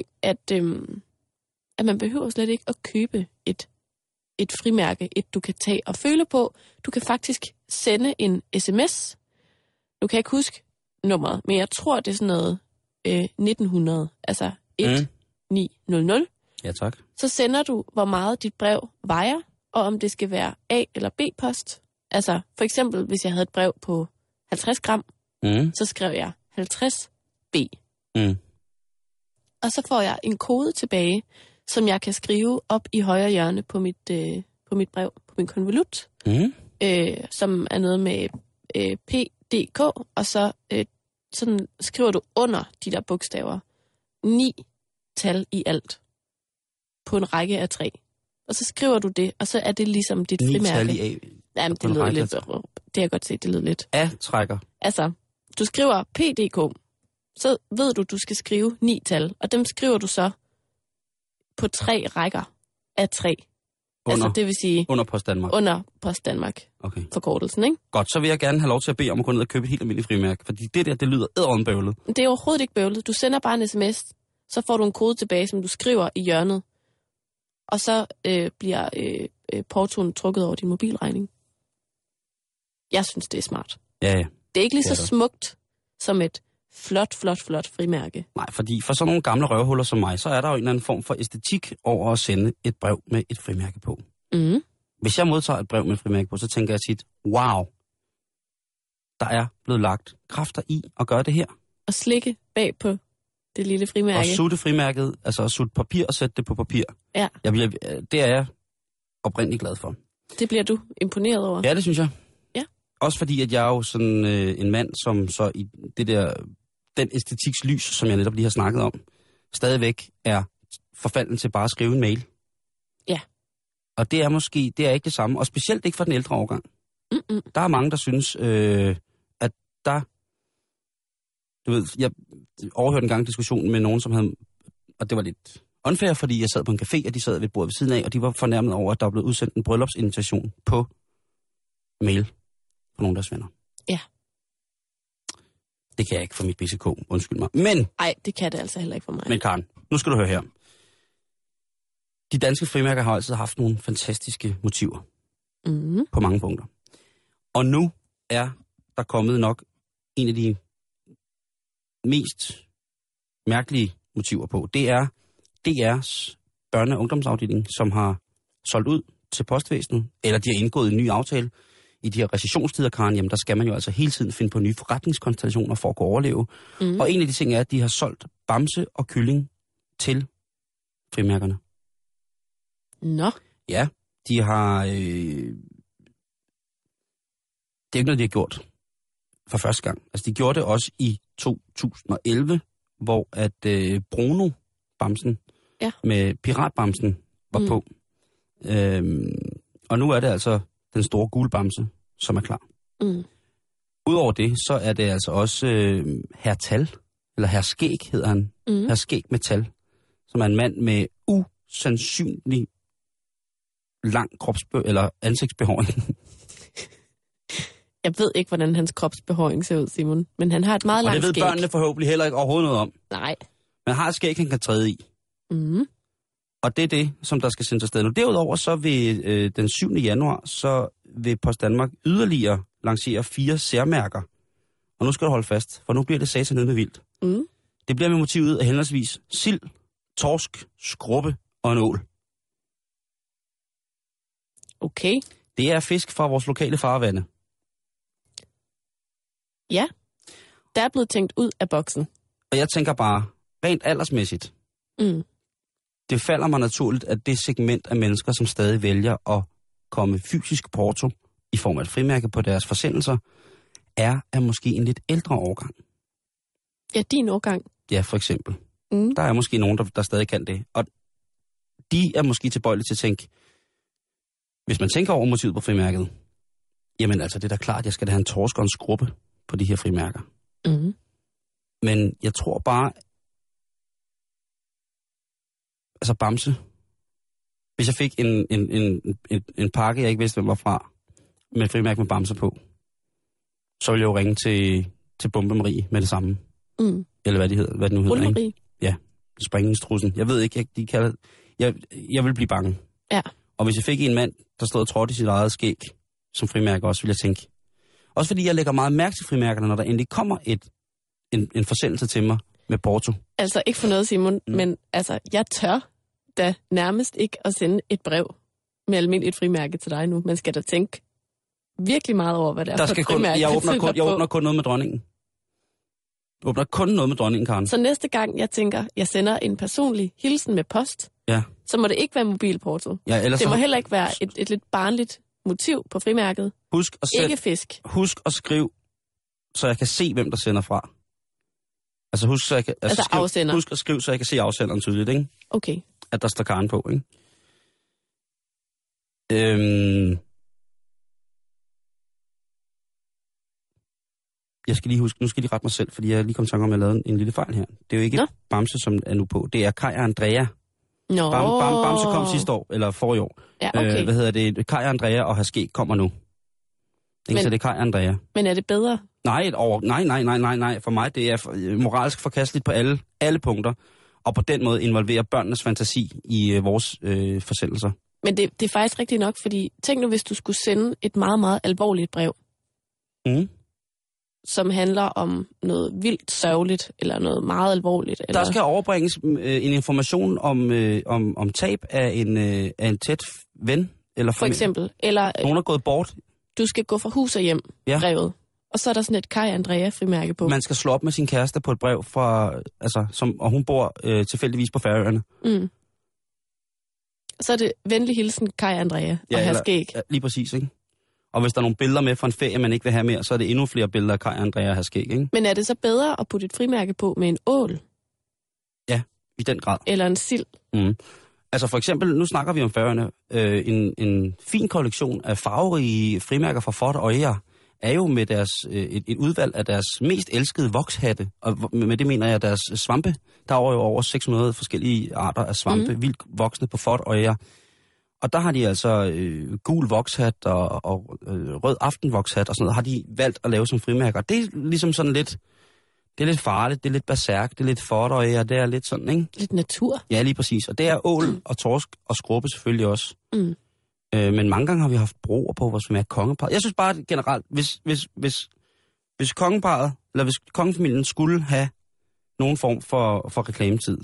at man behøver slet ikke at købe et frimærke, du kan tage og føle på. Du kan faktisk sende en sms. Du kan ikke huske nummeret, men jeg tror, det er sådan noget 1900, altså 1900. Ja, tak. Så sender du, hvor meget dit brev vejer, og om det skal være A- eller B-post. Altså, for eksempel, hvis jeg havde et brev på 50 gram, så skrev jeg 50B. Mm. Og så får jeg en kode tilbage, som jeg kan skrive op i højre hjørne på mit brev, på min konvolut, som er noget med PDK, og så sådan skriver du under de der bogstaver 9 tal i alt på en række af 3. Og så skriver du det, og så er det ligesom dit frimærke. 9 tal i Jamen, det lyder lidt... Det har jeg godt set, det lyder lidt. A-trækker. Altså, du skriver PDK, så ved du skal skrive 9 tal, og dem skriver du så på 3 rækker af 3. Altså, det vil sige... Under Post Danmark? Under Post Danmark. Okay. Forkortelsen, ikke? Godt, så vil jeg gerne have lov til at bede om at gå ned og købe et helt almindeligt frimærke, fordi det lyder edderåndbøvlet. Det er overhovedet ikke bøvlet. Du sender bare en sms, så får du en kode tilbage, som du skriver i hjørnet, og så bliver portoen trukket over din mobilregning. Jeg synes, det er smart. Ja. Det er ikke lige så smukt som et flot frimærke. Nej, fordi for sådan nogle gamle røvhuller som mig, så er der jo en eller anden form for æstetik over at sende et brev med et frimærke på. Mm. Hvis jeg modtager et brev med et frimærke på, så tænker jeg tit, wow, der er blevet lagt kræfter i at gøre det her. Og slikke bag på det lille frimærke. Og sutte frimærket, altså at sutte papir og sætte det på papir. Ja. Det er jeg oprindeligt glad for. Det bliver du imponeret over? Ja, det synes jeg. Ja. Også fordi, at jeg er jo sådan en mand, som så i den æstetiks lys, som jeg netop lige har snakket om, stadigvæk er forfalden til bare at skrive en mail. Ja. Og det er ikke det samme, og specielt ikke for den ældre årgang. Mm-mm. Der er mange, der synes, at der... Du ved, jeg overhørte en gang diskussionen med nogen, som havde... Og det var lidt unfair, fordi jeg sad på en café, og de sad ved et bord ved siden af, og de var fornærmet over, at der blev udsendt en bryllupsinvitation på mail fra nogle af deres venner. Ja. Det kan jeg ikke for mit BCK, undskyld mig. Men... Nej, det kan det altså heller ikke for mig. Men Karen, nu skal du høre her. De danske frimærker har altid haft nogle fantastiske motiver. Mm. På mange punkter. Og nu er der kommet nok en af de mest mærkelige motiver på. Det er DR's børne- og ungdomsafdeling, som har solgt ud til postvæsenet, eller de har indgået en ny aftale. I de her recessionstider, Karen, jamen der skal man jo altså hele tiden finde på nye forretningskonstellationer for at kunne overleve. Mm. Og en af de ting er, at de har solgt bamse og kylling til frimærkerne. Nå. Ja, de har... det er ikke noget, de har gjort for første gang. Altså, de gjorde det også i 2011, hvor at Bruno-bamsen med piratbamsen var på. Og nu er det altså den store gule bamse, som er klar. Mm. Udover det, så er det altså også Herr Tal, eller Herr Skæg hedder han. Herr Skæg med Tal, som er en mand med usandsynlig lang eller ansigtsbehåring. Jeg ved ikke, hvordan hans kropsbehåring ser ud, Simon, men han har et meget langt skæg. Og det ved børnene forhåbentlig heller ikke overhovedet noget om. Nej. Man har et skæg, han kan træde i. Mm. Og det er det, som der skal sendes afsted nu. Derudover så vil den 7. januar, så vil Post Danmark yderligere lancere 4 særmærker. Og nu skal du holde fast, for nu bliver det satan ned med vildt. Mm. Det bliver med motivet af henholdsvis sild, torsk, skrubbe og en ål. Okay. Det er fisk fra vores lokale farvande. Ja, der er blevet tænkt ud af boksen. Og jeg tænker bare, rent aldersmæssigt, det falder mig naturligt, at det segment af mennesker, som stadig vælger at komme fysisk porto i form af et frimærke på deres forsendelser, er måske en lidt ældre årgang. Ja, din årgang. Ja, for eksempel. Der er måske nogen, der stadig kan det. Og de er måske tilbøjelige til at tænke, hvis man tænker over motivet på frimærket, jamen altså, det er da klart, at jeg skal da have en torsk og en skrubbe på de her frimærker. Mm. Men jeg tror bare, altså bamse, hvis jeg fik en pakke, jeg ikke vidste, hvem var fra, med et frimærke med bamse på, så ville jeg jo ringe til Bombe Marie med det samme. Mm. Eller hvad det nu hedder. Marie? Ja, springningstrussen. Jeg ved ikke, de kalder det. Jeg vil blive bange. Ja. Og hvis jeg fik en mand, der stod og trådte i sit eget skæg, som frimærke også, ville jeg tænke. Også fordi jeg lægger meget mærke til frimærkerne, når der endelig kommer en forsendelse til mig med porto. Altså ikke for noget, Simon, men altså, jeg tør da nærmest ikke at sende et brev med almindeligt frimærke til dig nu. Man skal da tænke virkelig meget over, hvad det er for et frimærke. Jeg åbner kun noget med dronningen. Jeg åbner kun noget med dronningen, Karen. Så næste gang, jeg tænker, jeg sender en personlig hilsen med post, så må det ikke være mobilporto. Ja, det må heller ikke være et lidt barnligt motiv på frimærket. Ikke fisk. Husk at skrive, så jeg kan se, hvem der sender fra. Altså husk, så jeg kan, husk at skrive, så jeg kan se afsenderen tydeligt, ikke? Okay. At der står Karen på, ikke? Jeg skal lige huske, nu skal jeg lige rette mig selv, fordi jeg lige kom i tanke om, at jeg lavede en lille fejl her. Det er jo ikke bamse, som er nu på. Det er Kaj og Andrea. Nå. Bamse kom sidste år, eller forrige år. Ja, okay. Kaj og Andrea og Herr Skæg kommer nu. Så det er Kaj og Andrea. Men er det bedre? Nej. For mig, det er moralsk forkasteligt på alle punkter. Og på den måde involverer børnenes fantasi i vores forsendelser. Men det er faktisk rigtigt nok, fordi tænk nu, hvis du skulle sende et meget, meget alvorligt brev. Som handler om noget vildt sørgeligt, eller noget meget alvorligt. Eller... Der skal overbringes en information om tab af en tæt ven. Eller for eksempel. Eller, nogen er gået bort. Du skal gå fra hus og hjem, brevet. Og så er der sådan et Kaj Andrea frimærke på. Man skal slå op med sin kæreste på et brev, og hun bor tilfældigvis på Færøerne. Mm. Så er det venlig hilsen Kaj Andrea og Herr Skæg. Ja, lige præcis, ikke? Og hvis der er nogle billeder med fra en ferie, man ikke vil have mere, så er det endnu flere billeder af Kaj Andrea og Herr Skæg, ikke? Men er det så bedre at putte et frimærke på med en ål? Ja, i den grad. Eller en sild? Mm. Altså for eksempel, nu snakker vi om Færøerne. En fin kollektion af farverige frimærker fra Ford og Øyer er jo med deres, et udvalg af deres mest elskede vokshatte. Og med det mener jeg deres svampe. Der er jo over 600 forskellige arter af svampe, vildt voksne på Ford og Øyer. Og der har de altså gul vokshat og rød aftenvokshat og sådan noget, har de valgt at lave som frimærker. Det er ligesom sådan lidt, det er lidt farligt, det er lidt berserk, det er lidt fordøje, og det er lidt sådan, ikke? Lidt natur. Ja, lige præcis. Og det er ål og torsk og skrubbe selvfølgelig også. Mm. Men mange gange har vi haft broer på vores frimærke kongeparret. Jeg synes bare generelt, hvis kongeparret, eller hvis kongefamilien skulle have nogen form for reklametid,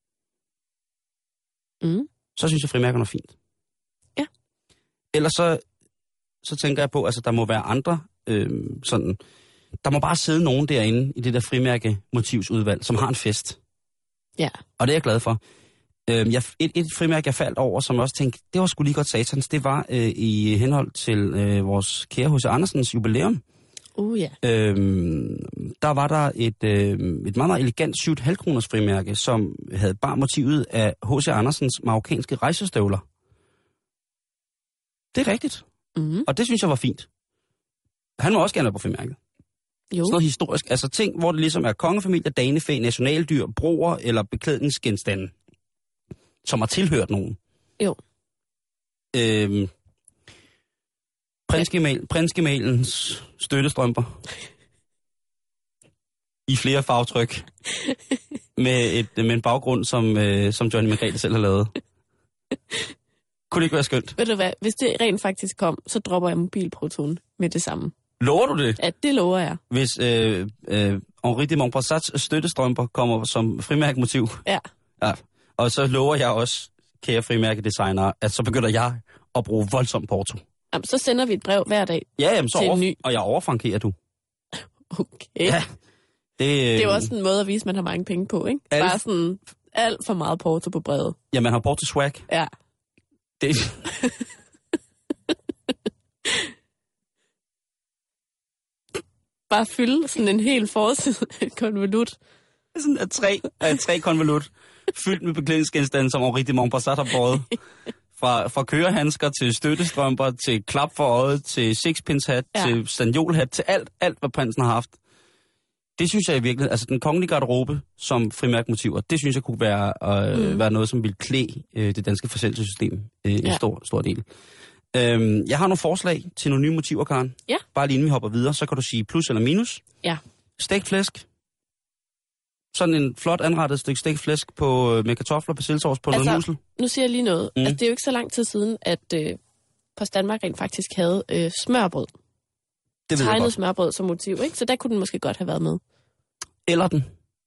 så synes jeg, frimærkerne er fint. Ja. Ellers så tænker jeg på, altså der må være andre sådan... Der må bare sidde nogen derinde i det der frimærke-motivsudvalg, som har en fest. Ja. Og det er jeg glad for. Et frimærke, jeg faldt over, som jeg også tænkte, det var sgu lige godt satans, det var i henhold til vores kære H.C. Andersens jubilæum. Ja. Der var der et meget, meget elegant 7,5 kroners frimærke, som havde bare motivet af H.C. Andersens marokkanske rejsestøvler. Det er rigtigt. Og det synes jeg var fint. Han må også gerne være på frimærket. Jo. Sådan noget historisk. Altså ting, hvor det ligesom er kongefamilie, danefæ, nationaldyr, broer eller beklædningsgenstande, som har tilhørt nogen. Jo. Prinsgemalens støttestrømper. I flere farvetryk. med en baggrund, som Johnny Margrethe selv har lavet. Kunne det ikke være skønt? Ved du hvad, hvis det rent faktisk kom, så dropper jeg mobilprotonen med det samme. Lover du det? Ja, det lover jeg. Hvis Henri de Montpassats støttestrømper kommer som frimærkemotiv. Ja. Og så lover jeg også, kære frimærkedesigner, at så begynder jeg at bruge voldsom porto. Jamen, så sender vi et brev hver dag. Ja, jamen, og jeg overfrankerer du. Okay. Ja. Det er jo også en måde at vise, at man har mange penge på, ikke? Bare sådan alt for meget porto på brevet. Ja, man har porto swag. Ja. Det Bare fylde sådan en hel forside af et konvolut. Sådan af tre konvolut, fyldt med beklædningsgenstande, som Henri de Montpassat har båret. Fra kørehandsker til støttestrømper, til klap for øjet, til sixpence-hat, til stanjolhat, til alt, hvad prinsen har haft. Det synes jeg i virkeligheden, altså den kongelige garderobe som frimærkmotiver, det synes jeg kunne være noget, som ville klæde det danske forsendelsessystem en stor del. Jeg har nogle forslag til nogle nye motiver, Karen. Ja. Bare lige inden vi hopper videre, så kan du sige plus eller minus. Ja. Stegt flæsk. Sådan en flot anrettet stykke stegt flæsk med kartofler, persillesauce på noget musel. Nu siger jeg lige noget. Altså, det er jo ikke så lang tid siden, at Post Danmark rent faktisk havde smørbrød. Det tegnet smørbrød som motiv, ikke? Så der kunne den måske godt have været med. Eller den.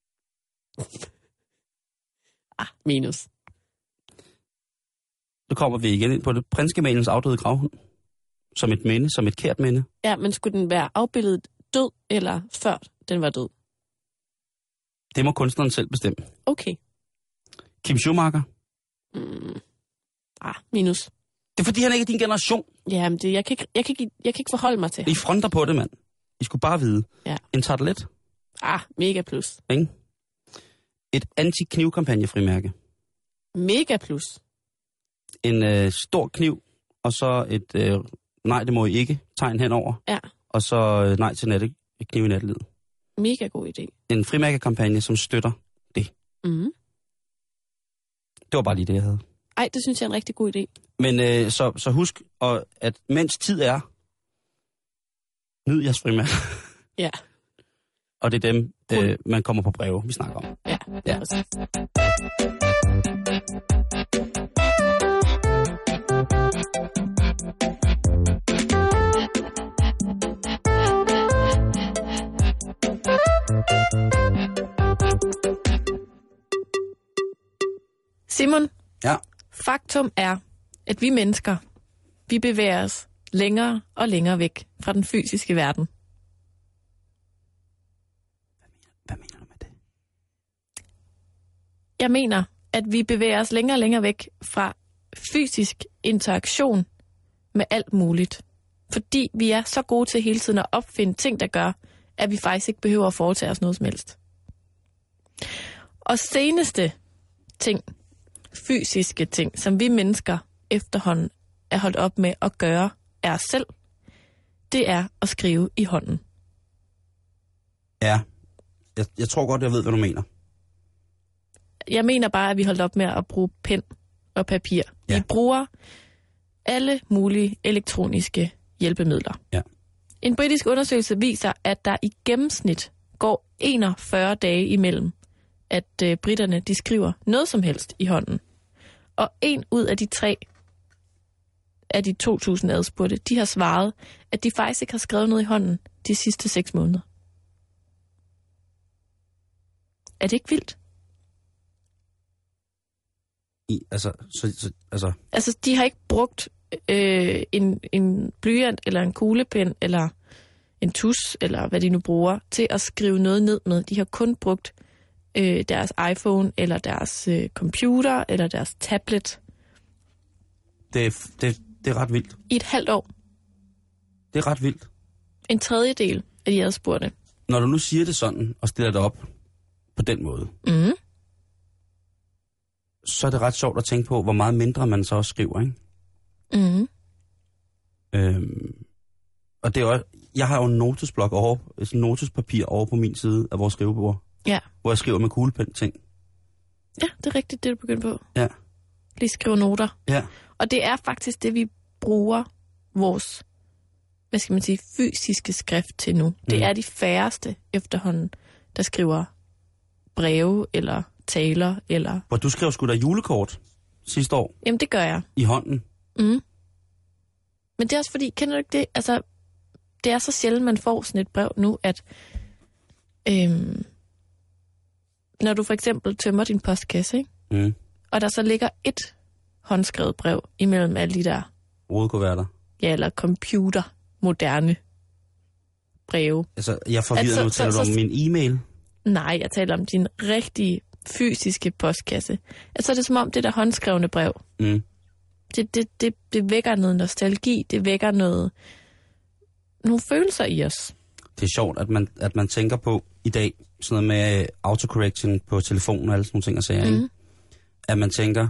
Minus. Nu kommer vi igen ind på det. Prinsgemalens afdøde gravhund. Som et minde, som et kært minde. Ja, men skulle den være afbildet død, eller før den var død? Det må kunstneren selv bestemme. Okay. Kim Schumacher? Minus. Det er fordi, han ikke er din generation. Jamen, jeg kan ikke forholde mig til. I fronter på det, mand. I skulle bare vide. Ja. En tartelet? Mega plus. Ikke? Et anti-knivkampagnefrimærke. Mega plus. En stor kniv, og så et nej, det må I ikke tegn henover. Ja. Og så nej til kniv i nattelivet. Mega god idé. En frimærkekampagne, som støtter det. Det var bare lige det, jeg havde. Ej, det synes jeg er en rigtig god idé. Men så husk, at mens tid er, nyd jeres frimærker. Ja. Og det er dem, man kommer på breve, vi snakker om. Ja. Simon, ja. Faktum er, at vi mennesker, vi bevæger os længere og længere væk fra den fysiske verden. Hvad mener du med det? Jeg mener, at vi bevæger os længere og længere væk fra fysisk interaktion med alt muligt. Fordi vi er så gode til hele tiden at opfinde ting, der gør, at vi faktisk ikke behøver at foretage os noget som helst. Og seneste ting, fysiske ting, som vi mennesker efterhånden er holdt op med at gøre af os selv, det er at skrive i hånden. Ja, jeg tror godt, jeg ved, hvad du mener. Jeg mener bare, at vi holdt op med at bruge pen og papir. Ja. Vi bruger alle mulige elektroniske hjælpemidler. Ja. En britisk undersøgelse viser, at der i gennemsnit går 41 dage imellem, at britterne de skriver noget som helst i hånden. Og 1 ud af de 3 af de 2.000 adspurgte, de har svaret, at de faktisk ikke har skrevet noget i hånden de sidste 6 måneder. Er det ikke vildt? Altså, de har ikke brugt en blyant, eller en kuglepen, eller en tus, eller hvad de nu bruger, til at skrive noget ned med. De har kun brugt deres iPhone, eller deres computer, eller deres tablet. Det er ret vildt. I et halvt år. Det er ret vildt. En tredjedel af de adspurgte. Når du nu siger det sådan, og stiller det op på den måde, så er det ret sjovt at tænke på, hvor meget mindre man så også skriver, ikke? Og det er også, jeg har jo en notesblok over, et notespapir over på min side af vores skrivebord. Ja. Hvor jeg skriver med kuglepen ting. Ja, det er rigtigt, det du begynder på. Ja. Lige skrive noter. Ja. Og det er faktisk det, vi bruger vores, hvad skal man sige, fysiske skrift til nu. Det er de færreste efterhånden, der skriver breve eller taler eller... Hvor du skrev sgu da julekort sidste år. Jamen, det gør jeg. I hånden. Men det er også fordi, kender du ikke det? Altså, det er så sjældent, man får sådan et brev nu, at når du for eksempel tømmer din postkasse, ikke? Og der så ligger et håndskrevet brev imellem alle de der... Rodekuverter. Ja, eller computermoderne breve. Altså, jeg forvirrer nu, taler du om min e-mail? Nej, jeg taler om din rigtige fysiske postkasse. Altså, det er som om det der håndskrevne brev. Det vækker noget nostalgi, det vækker nogle følelser i os. Det er sjovt, at man tænker på i dag, sådan noget med autocorrection på telefonen og alle sådan nogle ting og sager, ikke? At man tænker,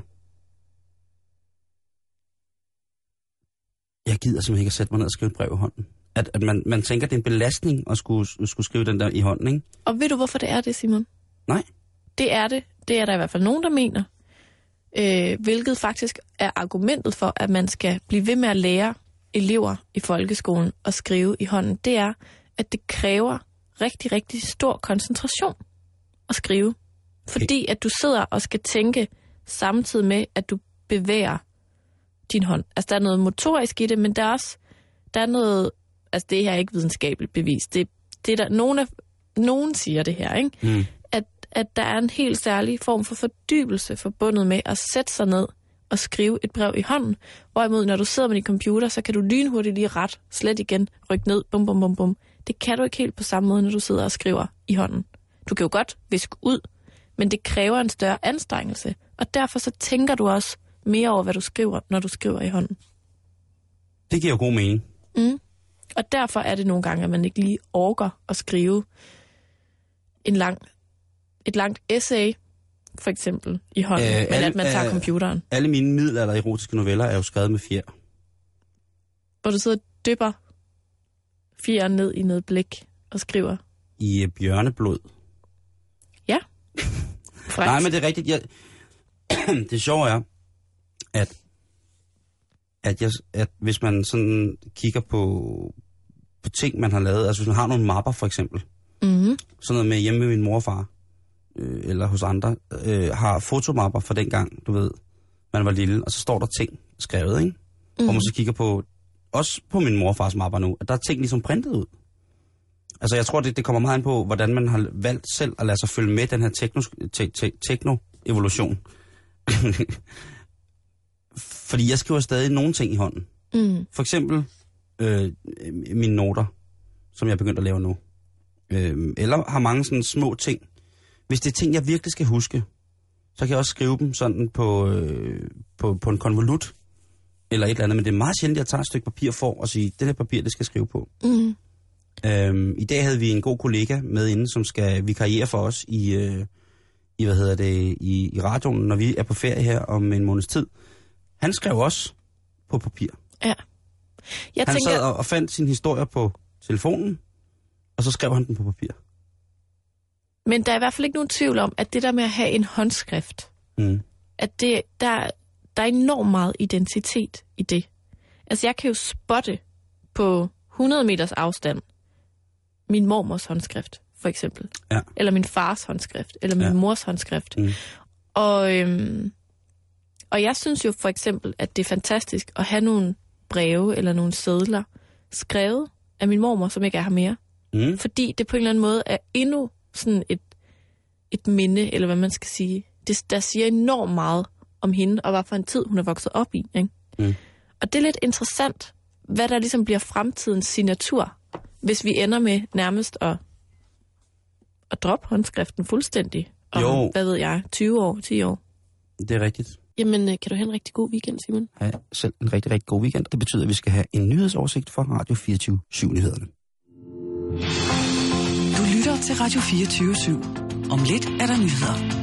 jeg gider simpelthen ikke at sætte mig ned og skrive et brev i hånden. At man tænker, det er en belastning at skulle skrive den der i hånden, ikke? Og ved du, hvorfor det er det, Simon? Nej. Det er det. Det er der i hvert fald nogen, der mener. Hvilket faktisk er argumentet for, at man skal blive ved med at lære elever i folkeskolen at skrive i hånden. Det er, at det kræver rigtig, rigtig stor koncentration at skrive. Fordi at du sidder og skal tænke samtidig med, at du bevæger din hånd. Altså, der er noget motorisk i det, men der er noget... Altså, det her er ikke videnskabeligt bevis. Det er der... Nogen siger det her, ikke? At der er en helt særlig form for fordybelse forbundet med at sætte sig ned og skrive et brev i hånden. Hvorimod, når du sidder med din computer, så kan du lynhurtigt lige ret, slet igen, rykke ned, bum, bum, bum, bum. Det kan du ikke helt på samme måde, når du sidder og skriver i hånden. Du kan jo godt viske ud, men det kræver en større anstrengelse. Og derfor så tænker du også mere over, hvad du skriver, når du skriver i hånden. Det giver jo god mening. Og derfor er det nogle gange, at man ikke lige orker at skrive et langt essay, for eksempel, i hånden, men at man tager computeren. Alle mine middelalder erotiske noveller er jo skrevet med fjer. Hvor du sidder og dypper fjeren ned i noget blik og skriver. I bjørneblod. Ja. Nej, men det er rigtigt. Det sjove er, at hvis man sådan kigger på ting, man har lavet, altså hvis man har nogle mapper for eksempel, sådan noget med hjemme med min mor og far, eller hos andre, har fotomapper fra dengang, du ved, man var lille, og så står der ting skrevet, ikke? Hvor man så kigger på, også på min mor og fars mapper nu, at der er ting ligesom printet ud. Altså jeg tror, det kommer meget ind på, hvordan man har valgt selv at lade sig følge med den her tekno-evolution. Fordi jeg skriver stadig nogle ting i hånden. For eksempel mine noter, som jeg er begyndt at lave nu. Eller har mange sådan små ting. Hvis det er ting, jeg virkelig skal huske, så kan jeg også skrive dem sådan på en konvolut, eller et eller andet. Men det er meget sjældent, at jeg tager et stykke papir for og sige, det her papir, det skal jeg skrive på. I dag havde vi en god kollega med inde, som skal vikariere for os i radioen, når vi er på ferie her om en måneds tid. Han skrev også på papir. Ja. Han sad og fandt sin historie på telefonen, og så skrev han den på papir. Men der er i hvert fald ikke nogen tvivl om, at det der med at have en håndskrift, at der er enormt meget identitet i det. Altså jeg kan jo spotte på 100 meters afstand min mormors håndskrift, for eksempel. Ja. Eller min fars håndskrift, eller min mors håndskrift. Og jeg synes jo for eksempel, at det er fantastisk at have nogle breve eller nogle sedler skrevet af min mormor, som ikke er her mere. Fordi det på en eller anden måde er endnu sådan et minde, eller hvad man skal sige. Det, der siger enormt meget om hende, og hvad for en tid, hun er vokset op i. Ikke? Mm. Og det er lidt interessant, hvad der ligesom bliver fremtidens signatur, hvis vi ender med nærmest at droppe håndskriften fuldstændig. Om, hvad ved jeg, 20 år, 10 år. Det er rigtigt. Jamen, kan du have en rigtig god weekend, Simon? Ja, selv en rigtig, rigtig god weekend. Det betyder, at vi skal have en nyhedsoversigt for Radio 24/7-nyhederne. Du lytter til Radio 24/7. Om lidt er der nyheder.